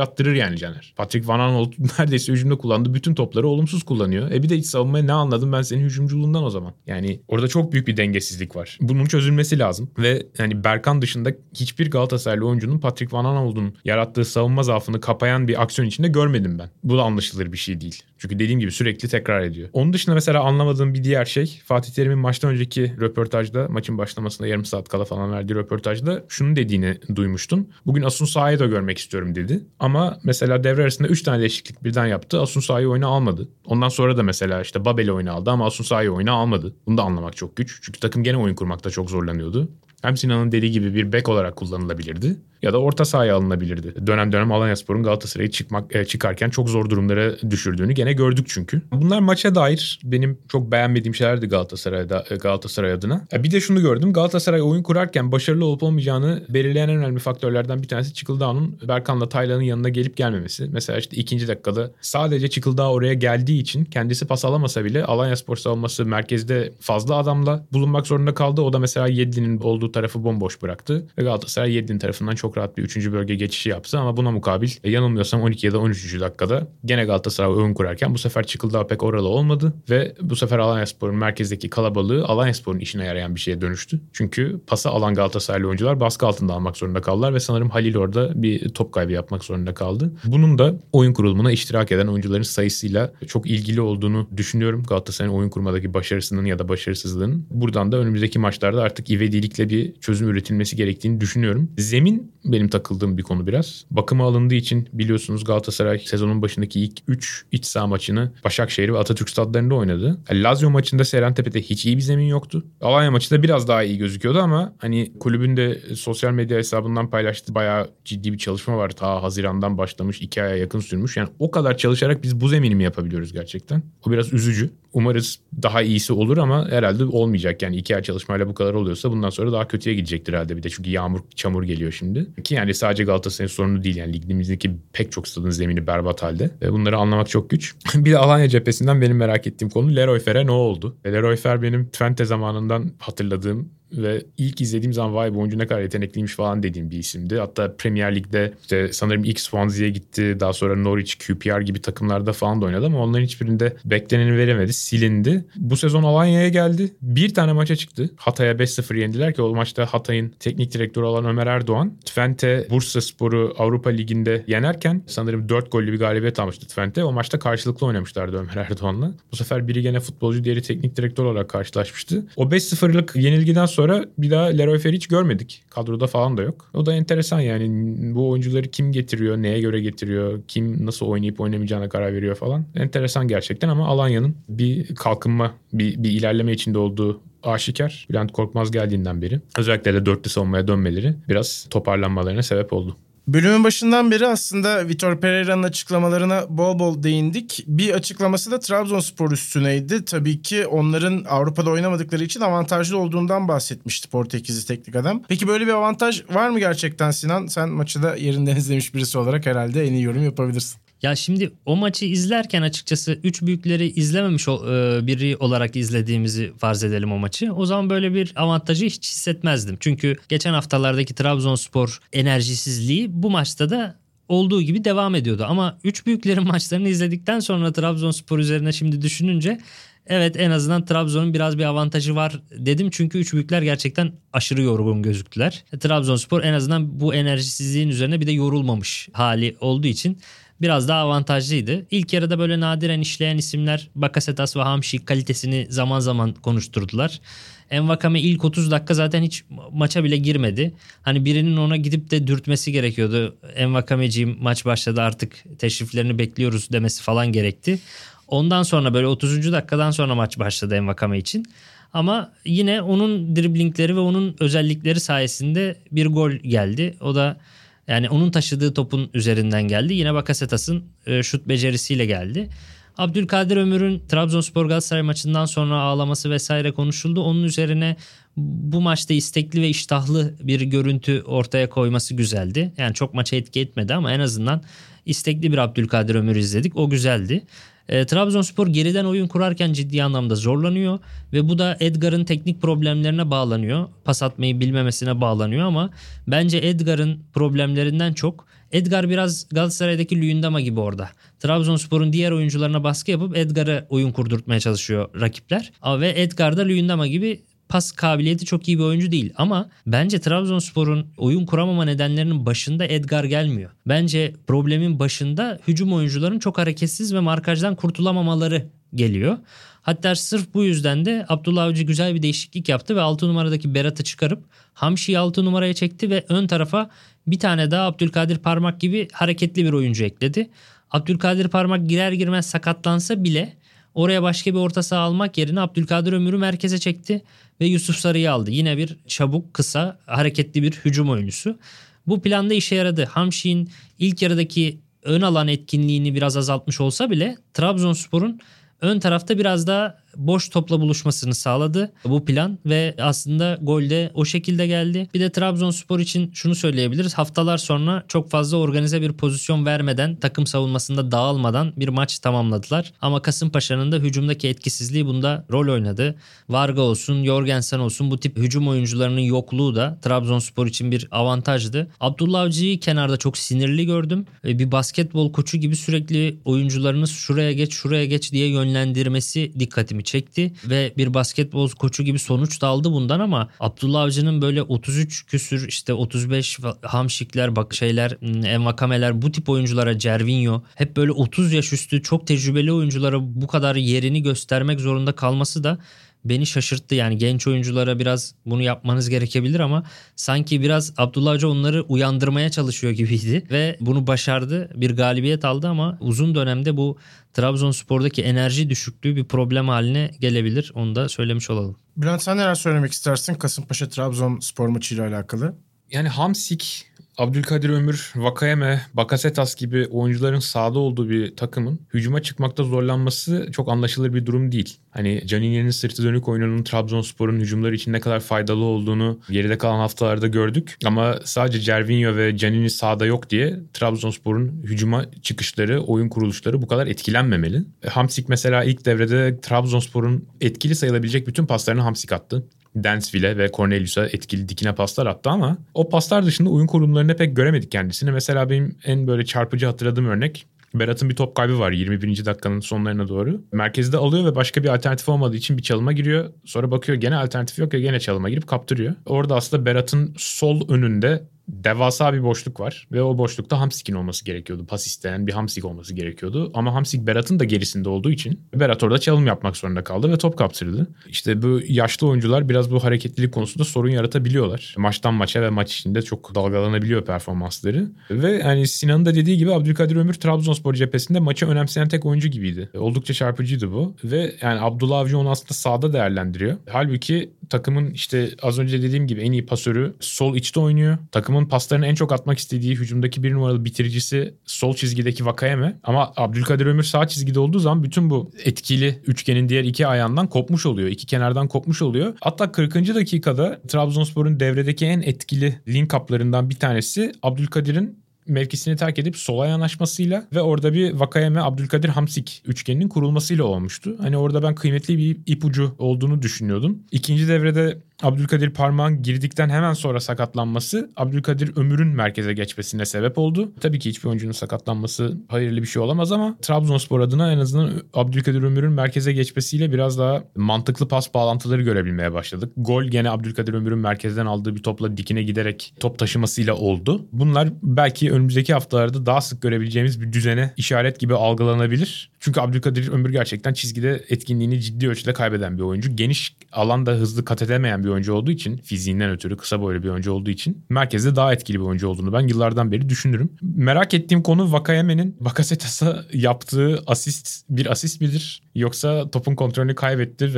D: attırır yani Caner. Patrick Van Aanholt neredeyse hücumda kullandığı bütün topları olumsuz kullanıyor. E bir de iç savunmaya ne anladım ben senin hücumculuğundan o zaman. Yani orada çok büyük bir dengesizlik var. Bunun çözülmesi lazım. Ve hani Berkan dışında hiçbir Galatasaraylı oyuncunun Patrick Van Aanholt'un yarattığı savunma zaafını kapayan bir aksiyon içinde görmedim ben. Bu da anlaşılır bir şey değil. Çünkü dediğim gibi sürekli tekrar ediyor. Onun dışında mesela anlamadığım bir diğer şey, Fatih Terim'in maçtan önceki röportajda, maçın başlamasında yarım saat kala falan verdiği röportajda şunu dediğini duymuştum. Bugün Asunsa'yı da görmek istiyorum dedi. Ama mesela devre arasında üç tane değişiklik birden yaptı. Asunsa'yı oyuna almadı. Ondan sonra da mesela işte Babel'i oyuna aldı ama Asunsa'yı oyuna almadı. Bunu da anlamak çok güç. Çünkü takım gene oyun kurmakta çok zorlanıyordu. Hem Sinan'ın dediği gibi bir bek olarak kullanılabilirdi ya da orta sahaya alınabilirdi. Dönem dönem Alanyaspor'un Galatasaray'ı çıkmak e, çıkarken çok zor durumlara düşürdüğünü gene gördük çünkü. Bunlar maça dair benim çok beğenmediğim şeylerdi Galatasaray'da Galatasaray adına. Ya bir de şunu gördüm. Galatasaray oyun kurarken başarılı olup olmayacağını belirleyen en önemli faktörlerden bir tanesi Çıkıldağ'ın Berkan'la Taylan'ın yanına gelip gelmemesi. Mesela işte ikinci dakikada sadece Çıkıldağ oraya geldiği için kendisi pas alamasa bile Alanyaspor savunması merkezde fazla adamla bulunmak zorunda kaldı. O da mesela Yedlin'in olduğu tarafı bomboş bıraktı. Ve Galatasaray Yedlin tarafından çok rahat bir üçüncü bölge geçişi yaptı ama buna mukabil e, yanılmıyorsam on iki ya da on üçüncü dakikada gene Galatasaray oyun kurarken bu sefer Çıkıldağ pek oralı olmadı ve bu sefer Alanyaspor'un merkezdeki kalabalığı Alanyaspor'un işine yarayan bir şeye dönüştü. Çünkü pası alan Galatasaraylı oyuncular baskı altında almak zorunda kaldılar ve sanırım Halil orada bir top kaybı yapmak zorunda kaldı. Bunun da oyun kurulumuna iştirak eden oyuncuların sayısıyla çok ilgili olduğunu düşünüyorum. Galatasaray'ın oyun kurmadaki başarısının ya da başarısızlığının. Buradan da önümüzdeki maçlarda artık ivedilikle bir çözüm üretilmesi gerektiğini düşünüyorum. Zemin benim takıldığım bir konu biraz. Bakıma alındığı için biliyorsunuz Galatasaray sezonun başındaki ilk üç iç saha maçını Başakşehir ve Atatürk stadlarında oynadı. Lazio maçında Seyrantepe'de hiç iyi bir zemin yoktu. Alanya maçında biraz daha iyi gözüküyordu ama hani kulübün de sosyal medya hesabından paylaştığı bayağı ciddi bir çalışma var. Ta Haziran'dan başlamış, iki aya yakın sürmüş. Yani o kadar çalışarak biz bu zemini mi yapabiliyoruz gerçekten? O biraz üzücü. Umarız daha iyisi olur ama herhalde olmayacak. Yani iki ay çalışmayla bu kadar oluyorsa bundan sonra daha kötüye gidecektir herhalde bir de. Çünkü yağmur, çamur geliyor şimdi. Ki yani sadece Galatasaray'ın sorunu değil. Yani ligimizdeki pek çok stadın zemini berbat halde. Ve bunları anlamak çok güç. Bir de Alanya cephesinden benim merak ettiğim konu Leroy Fer'e ne oldu? Leroy Fer benim Twente zamanından hatırladığım ve ilk izlediğim zaman vay bu oyuncu ne kadar yetenekliymiş falan dediğim bir isimdi. Hatta Premier Lig'de işte sanırım ilk Swansea'ya gitti. Daha sonra Norwich, Q P R gibi takımlarda falan da oynadı ama onların hiçbirinde bekleneni veremedi. Silindi. Bu sezon Alanya'ya geldi. Bir tane maça çıktı. Hatay'a beş sıfır yendiler ki o maçta Hatay'ın teknik direktörü olan Ömer Erdoğan Twente Bursaspor'u Avrupa Ligi'nde yenerken sanırım dört gollü bir galibiyet almıştı Twente. O maçta karşılıklı oynamışlardı Ömer Erdoğan'la. Bu sefer biri gene futbolcu, diğeri teknik direktör olarak karşılaşmıştı. O beş sıfırlık yenilgiden sonra Sonra bir daha Leroy Fer'i hiç görmedik. Kadroda falan da yok. O da enteresan yani. Bu oyuncuları kim getiriyor, neye göre getiriyor, kim nasıl oynayıp oynamayacağına karar veriyor falan. Enteresan gerçekten ama Alanya'nın bir kalkınma, bir, bir ilerleme içinde olduğu aşikar. Bülent Korkmaz geldiğinden beri. Özellikle de dörtlü savunmaya dönmeleri biraz toparlanmalarına sebep oldu.
B: Bölümün başından beri aslında Vitor Pereira'nın açıklamalarına bol bol değindik. Bir açıklaması da Trabzonspor üstüneydi. Tabii ki onların Avrupa'da oynamadıkları için avantajlı olduğundan bahsetmişti Portekizli teknik adam. Peki böyle bir avantaj var mı gerçekten Sinan? Sen maçı da yerinden izlemiş birisi olarak herhalde en iyi yorum yapabilirsin.
C: Ya şimdi o maçı izlerken açıkçası üç büyükleri izlememiş biri olarak izlediğimizi farz edelim o maçı. O zaman böyle bir avantajı hiç hissetmezdim. Çünkü geçen haftalardaki Trabzonspor enerjisizliği bu maçta da olduğu gibi devam ediyordu. Ama üç büyüklerin maçlarını izledikten sonra Trabzonspor üzerine şimdi düşününce evet en azından Trabzon'un biraz bir avantajı var dedim. Çünkü üç büyükler gerçekten aşırı yorgun gözüktüler. Trabzonspor en azından bu enerjisizliğin üzerine bir de yorulmamış hali olduğu için biraz daha avantajlıydı. İlk yarıda böyle nadiren işleyen isimler Bakasetas ve Hamşik kalitesini zaman zaman konuşturdular. Envakame ilk otuz dakika zaten hiç maça bile girmedi. Hani birinin ona gidip de dürtmesi gerekiyordu. Envakameciğim maç başladı artık teşriflerini bekliyoruz demesi falan gerekti. Ondan sonra böyle otuzuncu dakikadan sonra maç başladı Envakame için. Ama yine onun driblingleri ve onun özellikleri sayesinde bir gol geldi. O da yani onun taşıdığı topun üzerinden geldi. Yine Bakasetas'ın e, şut becerisiyle geldi. Abdülkadir Ömür'ün Trabzonspor Galatasaray maçından sonra ağlaması vesaire konuşuldu. Onun üzerine bu maçta istekli ve iştahlı bir görüntü ortaya koyması güzeldi. Yani çok maça etki etmedi ama en azından istekli bir Abdülkadir Ömür izledik. O güzeldi. E, Trabzonspor geriden oyun kurarken ciddi anlamda zorlanıyor ve bu da Edgar'ın teknik problemlerine bağlanıyor. Pas atmayı bilmemesine bağlanıyor ama bence Edgar'ın problemlerinden çok Edgar biraz Galatasaray'daki Luyendama gibi orada. Trabzonspor'un diğer oyuncularına baskı yapıp Edgar'a oyun kurdurtmaya çalışıyor rakipler. Ve Edgar da Luyendama gibi pas kabiliyeti çok iyi bir oyuncu değil. Ama bence Trabzonspor'un oyun kuramama nedenlerinin başında Edgar gelmiyor. Bence problemin başında hücum oyuncularının çok hareketsiz ve markajdan kurtulamamaları geliyor. Hatta sırf bu yüzden de Abdullah Avcı güzel bir değişiklik yaptı ve altı numaradaki Berat'ı çıkarıp Hamşi'yi altı numaraya çekti ve ön tarafa bir tane daha Abdülkadir Parmak gibi hareketli bir oyuncu ekledi. Abdülkadir Parmak girer girmez sakatlansa bile oraya başka bir orta saha almak yerine Abdülkadir Ömür'ü merkeze çekti ve Yusuf Sarı'yı aldı. Yine bir çabuk, kısa, hareketli bir hücum oyuncusu. Bu planda işe yaradı. Hamşik'in ilk yarıdaki ön alan etkinliğini biraz azaltmış olsa bile Trabzonspor'un ön tarafta biraz daha boş topla buluşmasını sağladı bu plan ve aslında gol de o şekilde geldi. Bir de Trabzonspor için şunu söyleyebiliriz. Haftalar sonra çok fazla organize bir pozisyon vermeden, takım savunmasında dağılmadan bir maç tamamladılar. Ama Kasımpaşa'nın da hücumdaki etkisizliği bunda rol oynadı. Varga olsun, Jorgensen olsun, bu tip hücum oyuncularının yokluğu da Trabzonspor için bir avantajdı. Abdullah Avcı'yı kenarda çok sinirli gördüm. Bir basketbol koçu gibi sürekli oyuncularını şuraya geç, şuraya geç diye yönlendirmesi dikkatimi çekti ve bir basketbol koçu gibi sonuç da aldı bundan ama Abdullah Avcı'nın böyle otuz üç küsür, işte otuz beş Hamşikler, bak şeyler, Envakameler, bu tip oyunculara, Cervinho, hep böyle otuz yaş üstü çok tecrübeli oyunculara bu kadar yerini göstermek zorunda kalması da beni şaşırttı. Yani genç oyunculara biraz bunu yapmanız gerekebilir ama sanki biraz Abdullah Avcı onları uyandırmaya çalışıyor gibiydi ve bunu başardı. Bir galibiyet aldı ama uzun dönemde bu Trabzonspor'daki enerji düşüklüğü bir problem haline gelebilir. Onu da söylemiş olalım.
B: Bülent, sen neler söylemek istersin Kasımpaşa Trabzonspor maçıyla alakalı?
D: Yani Hamsik, Abdülkadir Ömür, Vakayeme, Bakasetas gibi oyuncuların sahada olduğu bir takımın hücuma çıkmakta zorlanması çok anlaşılır bir durum değil. Hani Canini'nin sırtı dönük oyununun Trabzonspor'un hücumları için ne kadar faydalı olduğunu geride kalan haftalarda gördük. Ama sadece Cervinho ve Canini sahada yok diye Trabzonspor'un hücuma çıkışları, oyun kuruluşları bu kadar etkilenmemeli. Hamsik mesela ilk devrede Trabzonspor'un etkili sayılabilecek bütün paslarını Hamsik attı. Densville ve Cornelius'a etkili dikine paslar attı ama o paslar dışında oyun kurumlarını pek göremedik kendisini. Mesela benim en böyle çarpıcı hatırladığım örnek, Berat'ın bir top kaybı var yirmi birinci dakikanın sonlarına doğru. Merkezde alıyor ve başka bir alternatif olmadığı için bir çalıma giriyor. Sonra bakıyor gene alternatif yok ya, gene çalıma girip kaptırıyor. Orada aslında Berat'ın sol önünde devasa bir boşluk var ve o boşlukta Hamsik'in olması gerekiyordu. Pas isteyen bir Hamsik olması gerekiyordu. Ama Hamsik Berat'ın da gerisinde olduğu için Berat orada çalım yapmak zorunda kaldı ve top kaptırdı. İşte bu yaşlı oyuncular biraz bu hareketlilik konusunda sorun yaratabiliyorlar. Maçtan maça ve maç içinde çok dalgalanabiliyor performansları. Ve yani Sinan'ın da dediği gibi Abdülkadir Ömür Trabzonspor cephesinde maçı önemseyen tek oyuncu gibiydi. Oldukça çarpıcıydı bu. Ve yani Abdullah Avcı onu aslında sahada değerlendiriyor. Halbuki takımın işte az önce dediğim gibi en iyi pasörü sol içte oynuyor. Takımın paslarını en çok atmak istediği hücumdaki bir numaralı bitiricisi sol çizgideki Vakayeme. Ama Abdülkadir Ömür sağ çizgide olduğu zaman bütün bu etkili üçgenin diğer iki ayağından kopmuş oluyor. İki kenardan kopmuş oluyor. Hatta kırkıncı dakikada Trabzonspor'un devredeki en etkili link-up'larından bir tanesi Abdülkadir'in mevkisini terk edip sola yanaşmasıyla ve orada bir Vakayeme, Abdülkadir, Hamsik üçgeninin kurulmasıyla olmuştu. Hani orada ben kıymetli bir ipucu olduğunu düşünüyordum. İkinci devrede Abdülkadir Parmak'ın girdikten hemen sonra sakatlanması Abdülkadir Ömür'ün merkeze geçmesine sebep oldu. Tabii ki hiçbir oyuncunun sakatlanması hayırlı bir şey olamaz ama Trabzonspor adına en azından Abdülkadir Ömür'ün merkeze geçmesiyle biraz daha mantıklı pas bağlantıları görebilmeye başladık. Gol gene Abdülkadir Ömür'ün merkezden aldığı bir topla dikine giderek top taşımasıyla oldu. Bunlar belki önümüzdeki haftalarda daha sık görebileceğimiz bir düzene işaret gibi algılanabilir. Çünkü Abdülkadir Ömür gerçekten çizgide etkinliğini ciddi ölçüde kaybeden bir oyuncu. Geniş alanda hızlı kat edemeyen bir oyuncu olduğu için, fiziğinden ötürü kısa boylu bir oyuncu olduğu için merkezde daha etkili bir oyuncu olduğunu ben yıllardan beri düşünürüm. Merak ettiğim konu Vakayeme'nin Bakasetas'a yaptığı asist bir asist midir? Yoksa topun kontrolünü kaybetti ve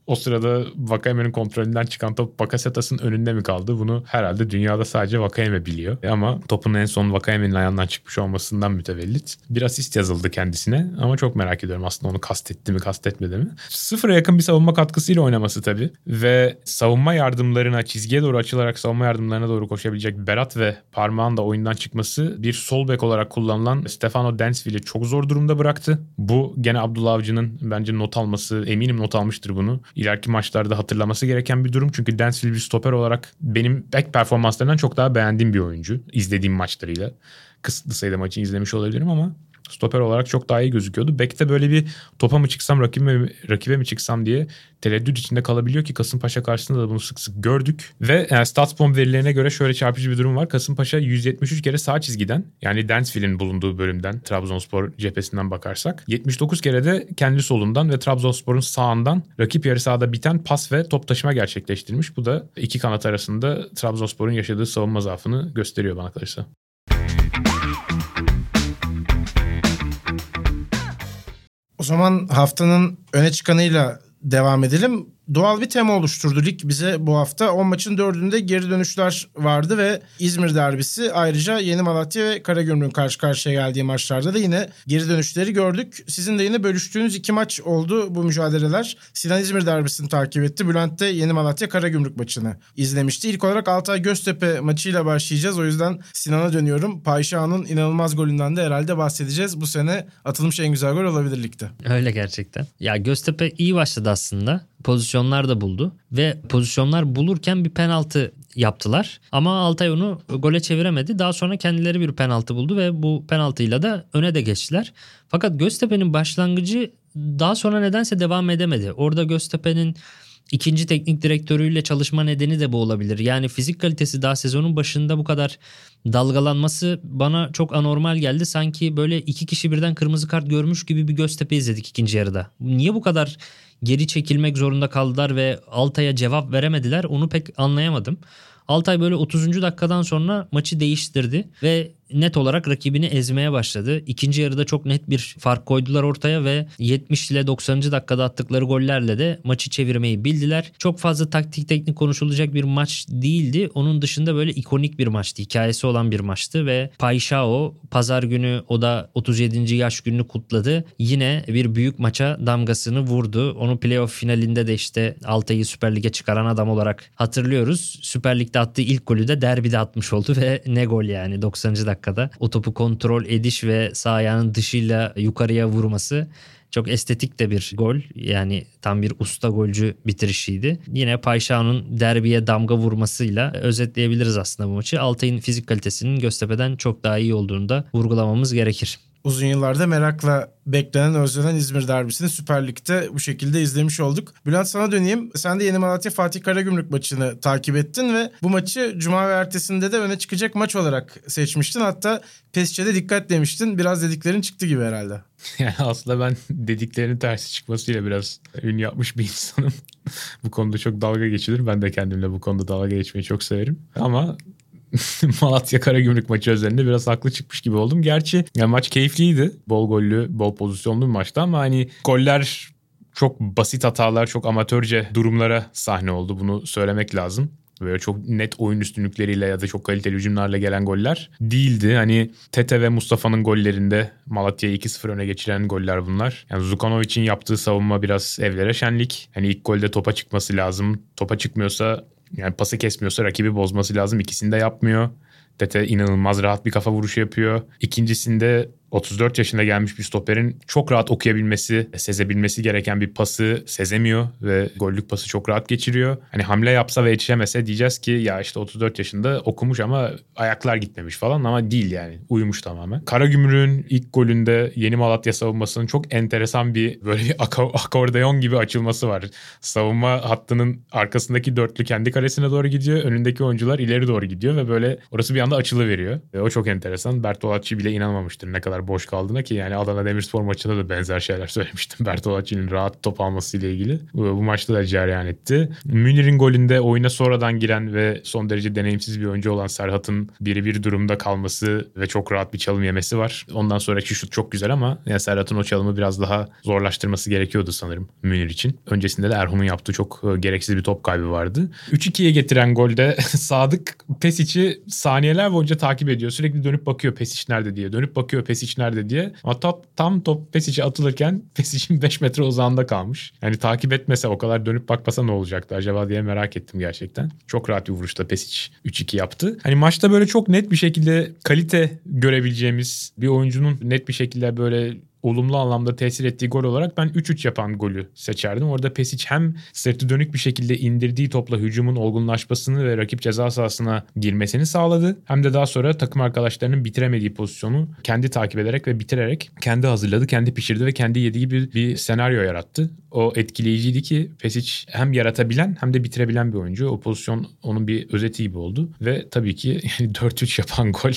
D: O sırada Wakame'nin kontrolünden çıkan top Bakasetas'ın önünde mi kaldı? Bunu herhalde dünyada sadece Wakame biliyor. Ama topun en son Wakame'nin ayağından çıkmış olmasından mütevellit bir asist yazıldı kendisine. Ama çok merak ediyorum aslında onu kastetti mi kastetmedi mi? Sıfıra yakın bir savunma katkısıyla oynaması tabii. Ve savunma yardımlarına, çizgiye doğru açılarak savunma yardımlarına doğru koşabilecek Berat ve Parmağan da oyundan çıkması bir sol bek olarak kullanılan Stefano Densville'i çok zor durumda bıraktı. Bu gene Abdullah Avcı'nın bence not alması, eminim not almıştır bunu. İleriki maçlarda hatırlaması gereken bir durum. Çünkü Densville bir stoper olarak benim bek performanslarından çok daha beğendiğim bir oyuncu. İzlediğim maçlarıyla. Kısıtlı sayıda maçı izlemiş olabilirim ama stoper olarak çok daha iyi gözüküyordu. Bek'te böyle bir topa mı çıksam rakibe, rakibe mi çıksam diye tereddüt içinde kalabiliyor ki Kasımpaşa karşısında da bunu sık sık gördük. Ve yani StatsBomb verilerine göre şöyle çarpıcı bir durum var. Kasımpaşa yüz yetmiş üç kere sağ çizgiden, yani Densville'in bulunduğu bölümden, Trabzonspor cephesinden bakarsak yetmiş dokuz kere de kendi solundan ve Trabzonspor'un sağından rakip yarı sahada biten pas ve top taşıma gerçekleştirmiş. Bu da iki kanat arasında Trabzonspor'un yaşadığı savunma zaafını gösteriyor bana kalırsa.
B: O zaman haftanın öne çıkanıyla devam edelim. Doğal bir tema oluşturdu lig bize bu hafta. on maçın dördünde geri dönüşler vardı ve İzmir derbisi, ayrıca Yeni Malatya ve Karagümrük'ün karşı karşıya geldiği maçlarda da yine geri dönüşleri gördük. Sizin de yine bölüştüğünüz iki maç oldu bu mücadeleler. Sinan İzmir derbisini takip etti. Bülent de Yeni Malatya Karagümrük maçını izlemişti. İlk olarak Altay Göztepe maçıyla başlayacağız. O yüzden Sinan'a dönüyorum. Payşa'nın inanılmaz golünden de herhalde bahsedeceğiz. Bu sene atılmış en güzel gol olabilir ligde.
C: Öyle gerçekten. Ya Göztepe iyi başladı aslında. Pozisyonlar da buldu ve pozisyonlar bulurken bir penaltı yaptılar. Ama Altay onu gole çeviremedi. Daha sonra kendileri bir penaltı buldu ve bu penaltıyla da öne de geçtiler. Fakat Göztepe'nin başlangıcı daha sonra nedense devam edemedi. Orada Göztepe'nin ikinci teknik direktörüyle çalışma nedeni de bu olabilir. Yani fizik kalitesi daha sezonun başında bu kadar dalgalanması bana çok anormal geldi. Sanki böyle iki kişi birden kırmızı kart görmüş gibi bir Göztepe izledik ikinci yarıda. Niye bu kadar geri çekilmek zorunda kaldılar ve Altay'a cevap veremediler, onu pek anlayamadım. Altay böyle otuzuncu dakikadan sonra maçı değiştirdi ve net olarak rakibini ezmeye başladı. İkinci yarıda çok net bir fark koydular ortaya ve yetmiş ile doksanıncı dakikada attıkları gollerle de maçı çevirmeyi bildiler. Çok fazla taktik teknik konuşulacak bir maç değildi. Onun dışında böyle ikonik bir maçtı. Hikayesi olan bir maçtı ve Payşao pazar günü o da otuz yedinci yaş gününü kutladı. Yine bir büyük maça damgasını vurdu. Onu playoff finalinde de işte Altay'ı Süper Lig'e çıkaran adam olarak hatırlıyoruz. Süper Lig'de attığı ilk golü de derbide atmış oldu ve ne gol yani doksanıncı dakikada. O topu kontrol ediş ve sağ ayağının dışıyla yukarıya vurması çok estetik de bir gol. Yani tam bir usta golcü bitirişiydi. Yine Payşa'nın derbiye damga vurmasıyla özetleyebiliriz aslında bu maçı. Altay'ın fizik kalitesinin Göztepe'den çok daha iyi olduğunu da vurgulamamız gerekir.
B: Uzun yıllarda merakla beklenen, özlenen İzmir derbisini Süper Lig'de bu şekilde izlemiş olduk. Bülent, sana döneyim. Sen de Yeni Malatya Fatih Karagümrük maçını takip ettin ve bu maçı Cuma ve ertesinde de öne çıkacak maç olarak seçmiştin. Hatta Pesçe'de dikkat demiştin. Biraz dediklerin çıktı gibi herhalde.
D: Yani aslında ben dediklerinin tersi çıkmasıyla biraz ün yapmış bir insanım. Bu konuda çok dalga geçilir. Ben de kendimle bu konuda dalga geçmeyi çok severim. Ama Malatya Karagümrük maçı üzerinde biraz haklı çıkmış gibi oldum. Gerçi yani maç keyifliydi. Bol gollü, bol pozisyonlu bir maçtı ama hani goller çok basit hatalar, çok amatörce durumlara sahne oldu. Bunu söylemek lazım. Böyle çok net oyun üstünlükleriyle ya da çok kaliteli hücumlarla gelen goller değildi. Hani Tete ve Mustafa'nın gollerinde Malatya'yı iki sıfır öne geçiren goller bunlar. Yani Zukanovic'in yaptığı savunma biraz evlere şenlik. Hani ilk golde topa çıkması lazım. Topa çıkmıyorsa, yani pası kesmiyorsa rakibi bozması lazım. İkisini de yapmıyor. Tete inanılmaz rahat bir kafa vuruşu yapıyor. İkincisinde otuz dört yaşında gelmiş bir stoperin çok rahat okuyabilmesi, sezebilmesi gereken bir pası sezemiyor ve gollük pası çok rahat geçiriyor. Hani hamle yapsa ve yetişemese diyeceğiz ki ya işte otuz dört yaşında okumuş ama ayaklar gitmemiş falan, ama değil yani. Uyumuş tamamen. Karagümrük'ün ilk golünde Yeni Malatya savunmasının çok enteresan bir böyle bir akordeon gibi açılması var. Savunma hattının arkasındaki dörtlü kendi kalesine doğru gidiyor. Önündeki oyuncular ileri doğru gidiyor ve böyle orası bir anda açılıveriyor. Ve o çok enteresan. Bertolacci bile inanmamıştır ne kadar kadar boş kaldığına ki yani Adana Demirspor maçında da benzer şeyler söylemiştim. Bertolacci'nin rahat top almasıyla ilgili. Bu, bu maçta da cereyan etti. Münir'in golünde oyuna sonradan giren ve son derece deneyimsiz bir oyuncu olan Serhat'ın biri bir durumda kalması ve çok rahat bir çalım yemesi var. Ondan sonraki şut çok güzel ama yani Serhat'ın o çalımı biraz daha zorlaştırması gerekiyordu sanırım Münir için. Öncesinde de Erhun'un yaptığı çok gereksiz bir top kaybı vardı. üç ikiye getiren golde Sadık Pesic'i saniyeler boyunca takip ediyor. Sürekli dönüp bakıyor Pesic nerede diye. Dönüp bakıyor Pesic nerede diye. Ama top, tam top Pesic'e atılırken Pesic'in beş metre uzağında kalmış. Yani takip etmese, o kadar dönüp bakmasa ne olacaktı acaba diye merak ettim gerçekten. Çok rahat bir vuruşla Pesic üç iki yaptı. Hani maçta böyle çok net bir şekilde kalite görebileceğimiz bir oyuncunun net bir şekilde böyle olumlu anlamda tesir ettiği gol olarak ben üç üç yapan golü seçerdim. Orada Pesic hem sırtı dönük bir şekilde indirdiği topla hücumun olgunlaşmasını ve rakip ceza sahasına girmesini sağladı. Hem de daha sonra takım arkadaşlarının bitiremediği pozisyonu kendi takip ederek ve bitirerek kendi hazırladı, kendi pişirdi ve kendi yediği gibi bir senaryo yarattı. O etkileyiciydi ki Pesic hem yaratabilen hem de bitirebilen bir oyuncu. O pozisyon onun bir özeti gibi oldu ve tabii ki yani dört üç yapan gol.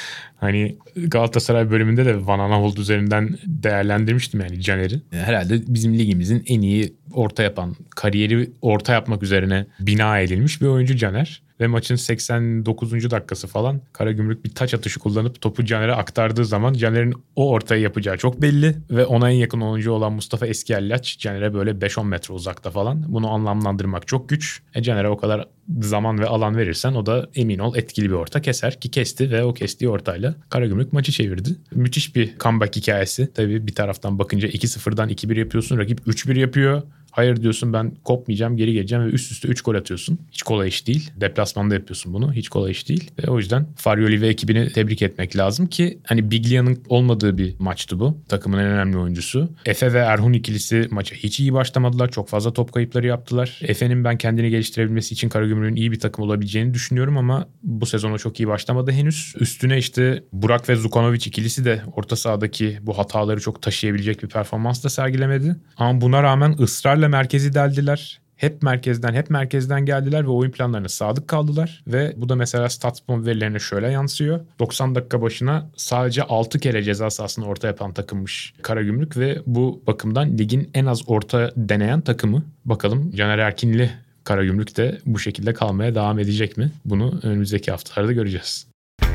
D: Hani Galatasaray bölümünde de Van Aanholt üzerinden değerlendirmiştim yani Caner'i. Herhalde bizim ligimizin en iyi orta yapan, kariyeri orta yapmak üzerine bina edilmiş bir oyuncu Caner. Ve maçın seksen dokuzuncu dakikası falan Karagümrük bir taç atışı kullanıp topu Caner'e aktardığı zaman Caner'in o ortayı yapacağı çok belli. Ve ona en yakın oyuncu olan Mustafa Eskiallaç Caner'e böyle beş on metre uzakta falan. Bunu anlamlandırmak çok güç. E Caner'e o kadar zaman ve alan verirsen o da emin ol etkili bir orta keser ki kesti ve o kestiği ortayla Karagümrük maçı çevirdi. Müthiş bir comeback hikayesi. Tabii bir taraftan bakınca iki sıfırdan iki bir yapıyorsun. Rakip üç bir yapıyor. Hayır diyorsun, ben kopmayacağım, geri geleceğim ve üst üste üç gol atıyorsun. Hiç kolay iş değil. Deplasmanda yapıyorsun bunu. Hiç kolay iş değil. Ve o yüzden Farioli ve ekibini tebrik etmek lazım ki hani Biglia'nın olmadığı bir maçtı bu. Takımın en önemli oyuncusu. Efe ve Erhun ikilisi maça hiç iyi başlamadılar. Çok fazla top kayıpları yaptılar. Efe'nin ben kendini geliştirebilmesi için Karagümrük'ün iyi bir takım olabileceğini düşünüyorum ama bu sezona çok iyi başlamadı henüz. Üstüne işte Burak ve Zukanovic ikilisi de orta sahadaki bu hataları çok taşıyabilecek bir performans da sergilemedi. Ama buna rağmen ısrarla merkezi deldiler. Hep merkezden hep merkezden geldiler ve oyun planlarına sadık kaldılar. Ve bu da mesela StatsBomb verilerine şöyle yansıyor. doksan dakika başına sadece altı kere ceza sahasını orta yapan takımmış Karagümrük ve bu bakımdan ligin en az orta deneyen takımı. Bakalım Caner Erkinli Karagümrük de bu şekilde kalmaya devam edecek mi? Bunu önümüzdeki haftalarda göreceğiz.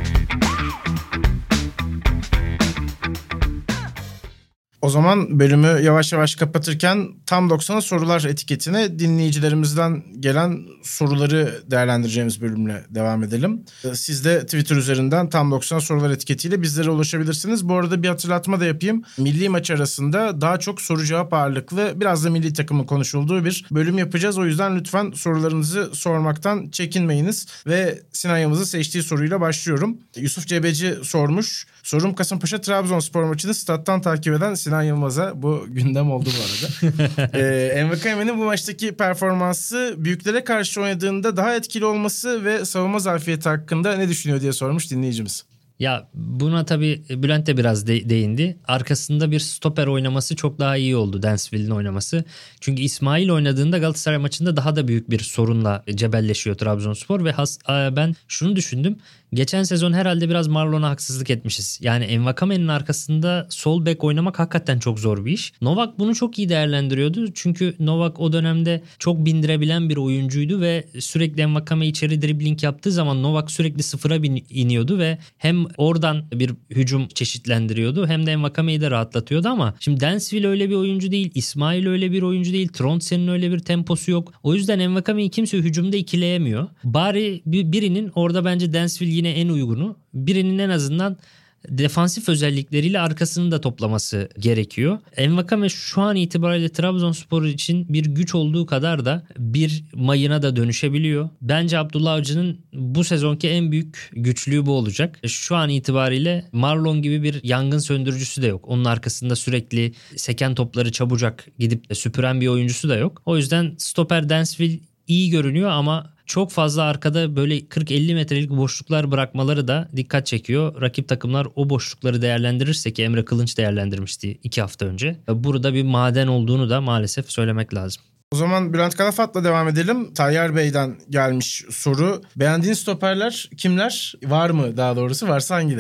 B: O zaman bölümü yavaş yavaş kapatırken tam doksana sorular etiketine dinleyicilerimizden gelen soruları değerlendireceğimiz bölümle devam edelim. Siz de Twitter üzerinden tam doksan sorular etiketiyle bizlere ulaşabilirsiniz. Bu arada bir hatırlatma da yapayım. Milli maç arasında daha çok soru cevap ağırlıklı, biraz da milli takımın konuşulduğu bir bölüm yapacağız. O yüzden lütfen sorularınızı sormaktan çekinmeyiniz. Ve Sinan Yılmaz'ın seçtiği soruyla başlıyorum. Yusuf Cebeci sormuş. Sorum Kasımpaşa Trabzonspor maçını stat'tan takip eden Sinan Yılmaz'a. Bu gündem oldu bu arada. ee, Envakame'nin bu maçtaki performansı büyüklere karşı oynadığında daha etkili olması ve savunma zafiyeti hakkında ne düşünüyor diye sormuş dinleyicimiz.
C: Ya buna tabii Bülent de biraz de- değindi. Arkasında bir stoper oynaması çok daha iyi oldu, Dansville'in oynaması. Çünkü İsmail oynadığında Galatasaray maçında daha da büyük bir sorunla cebelleşiyor Trabzonspor ve has- ben şunu düşündüm. Geçen sezon herhalde biraz Marlon'a haksızlık etmişiz. Yani Envakame'nin arkasında sol bek oynamak hakikaten çok zor bir iş. Novak bunu çok iyi değerlendiriyordu. Çünkü Novak o dönemde çok bindirebilen bir oyuncuydu ve sürekli Envakame içeri dribbling yaptığı zaman Novak sürekli sıfıra bin- iniyordu ve hem oradan bir hücum çeşitlendiriyordu hem de Envakame'yi de rahatlatıyordu ama şimdi Dansville öyle bir oyuncu değil, İsmail öyle bir oyuncu değil, Trondsen'in öyle bir temposu yok. O yüzden Envakame'yi kimse hücumda ikileyemiyor. Bari birinin orada bence Dansville yine en uygunu. Birinin en azından defansif özellikleriyle arkasını da toplaması gerekiyor. Envakame şu an itibariyle Trabzonspor için bir güç olduğu kadar da bir mayına da dönüşebiliyor. Bence Abdullah Avcı'nın bu sezonki en büyük güçlüğü bu olacak. Şu an itibariyle Marlon gibi bir yangın söndürücüsü de yok. Onun arkasında sürekli seken topları çabucak gidip süpüren bir oyuncusu da yok. O yüzden stoper Dansville iyi görünüyor ama çok fazla arkada böyle kırk elli metrelik boşluklar bırakmaları da dikkat çekiyor. Rakip takımlar o boşlukları değerlendirirse ki Emre Kılınç değerlendirmişti iki hafta önce. Burada bir maden olduğunu da maalesef söylemek lazım.
B: O zaman Bülent Kalafat'la devam edelim. Tayyar Bey'den gelmiş soru. Beğendiğin stoperler kimler? Var mı daha doğrusu? Varsa hangileri?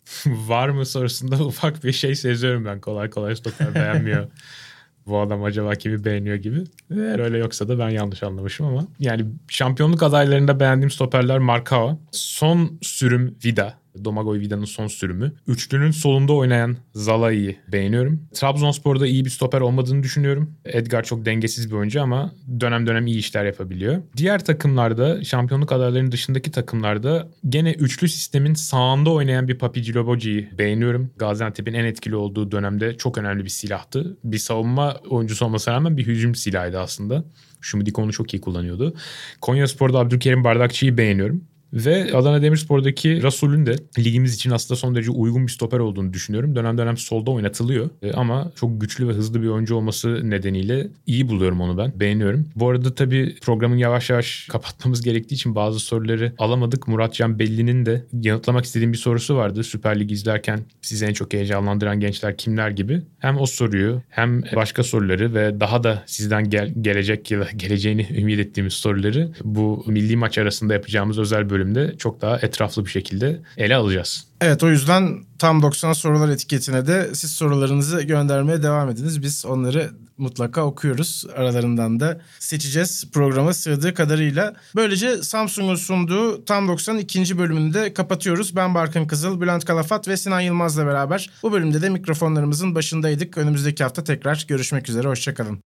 D: Var mı sorusunda ufak bir şey seziyorum ben. Kolay kolay stoper beğenmiyor. Bu adam acaba kimi beğeniyor gibi. Eğer öyle yoksa da ben yanlış anlamışım ama. Yani şampiyonluk adaylarında beğendiğim stoperler Marcao. Son sürüm Vida. Domagoj Vida'nın son sürümü. Üçlünün solunda oynayan Zalai'yi beğeniyorum. Trabzonspor'da iyi bir stoper olmadığını düşünüyorum. Edgar çok dengesiz bir oyuncu ama dönem dönem iyi işler yapabiliyor. Diğer takımlarda, şampiyonluk adaylarının dışındaki takımlarda gene üçlü sistemin sağında oynayan bir Papi Djilobodji'yi beğeniyorum. Gaziantep'in en etkili olduğu dönemde çok önemli bir silahtı. Bir savunma oyuncusu olmasına rağmen bir hücum silahıydı aslında. Şumidiko onu çok iyi kullanıyordu. Konyaspor'da Abdülkerim Bardakçı'yı beğeniyorum. Ve Adana Demirspor'daki Rasul'ün de ligimiz için aslında son derece uygun bir stoper olduğunu düşünüyorum. Dönem dönem solda oynatılıyor ama çok güçlü ve hızlı bir oyuncu olması nedeniyle iyi buluyorum onu ben. Beğeniyorum. Bu arada tabii programın yavaş yavaş kapatmamız gerektiği için bazı soruları alamadık. Muratcan Belli'nin de yanıtlamak istediğim bir sorusu vardı. Süper Lig izlerken sizi en çok heyecanlandıran gençler kimler gibi. Hem o soruyu hem başka soruları ve daha da sizden gel- gelecek ya da geleceğini ümit ettiğimiz soruları bu milli maç arasında yapacağımız özel bölümde çok daha etraflı bir şekilde ele alacağız.
B: Evet, o yüzden Tam doksan sorular etiketine de siz sorularınızı göndermeye devam ediniz. Biz onları mutlaka okuyoruz. Aralarından da seçeceğiz programa sığdığı kadarıyla. Böylece Samsung'un sunduğu Tam doksanın ikinci bölümünü de kapatıyoruz. Ben Barkın Kızıl, Bülent Kalafat ve Sinan Yılmaz'la beraber bu bölümde de mikrofonlarımızın başındaydık. Önümüzdeki hafta tekrar görüşmek üzere. Hoşça kalın.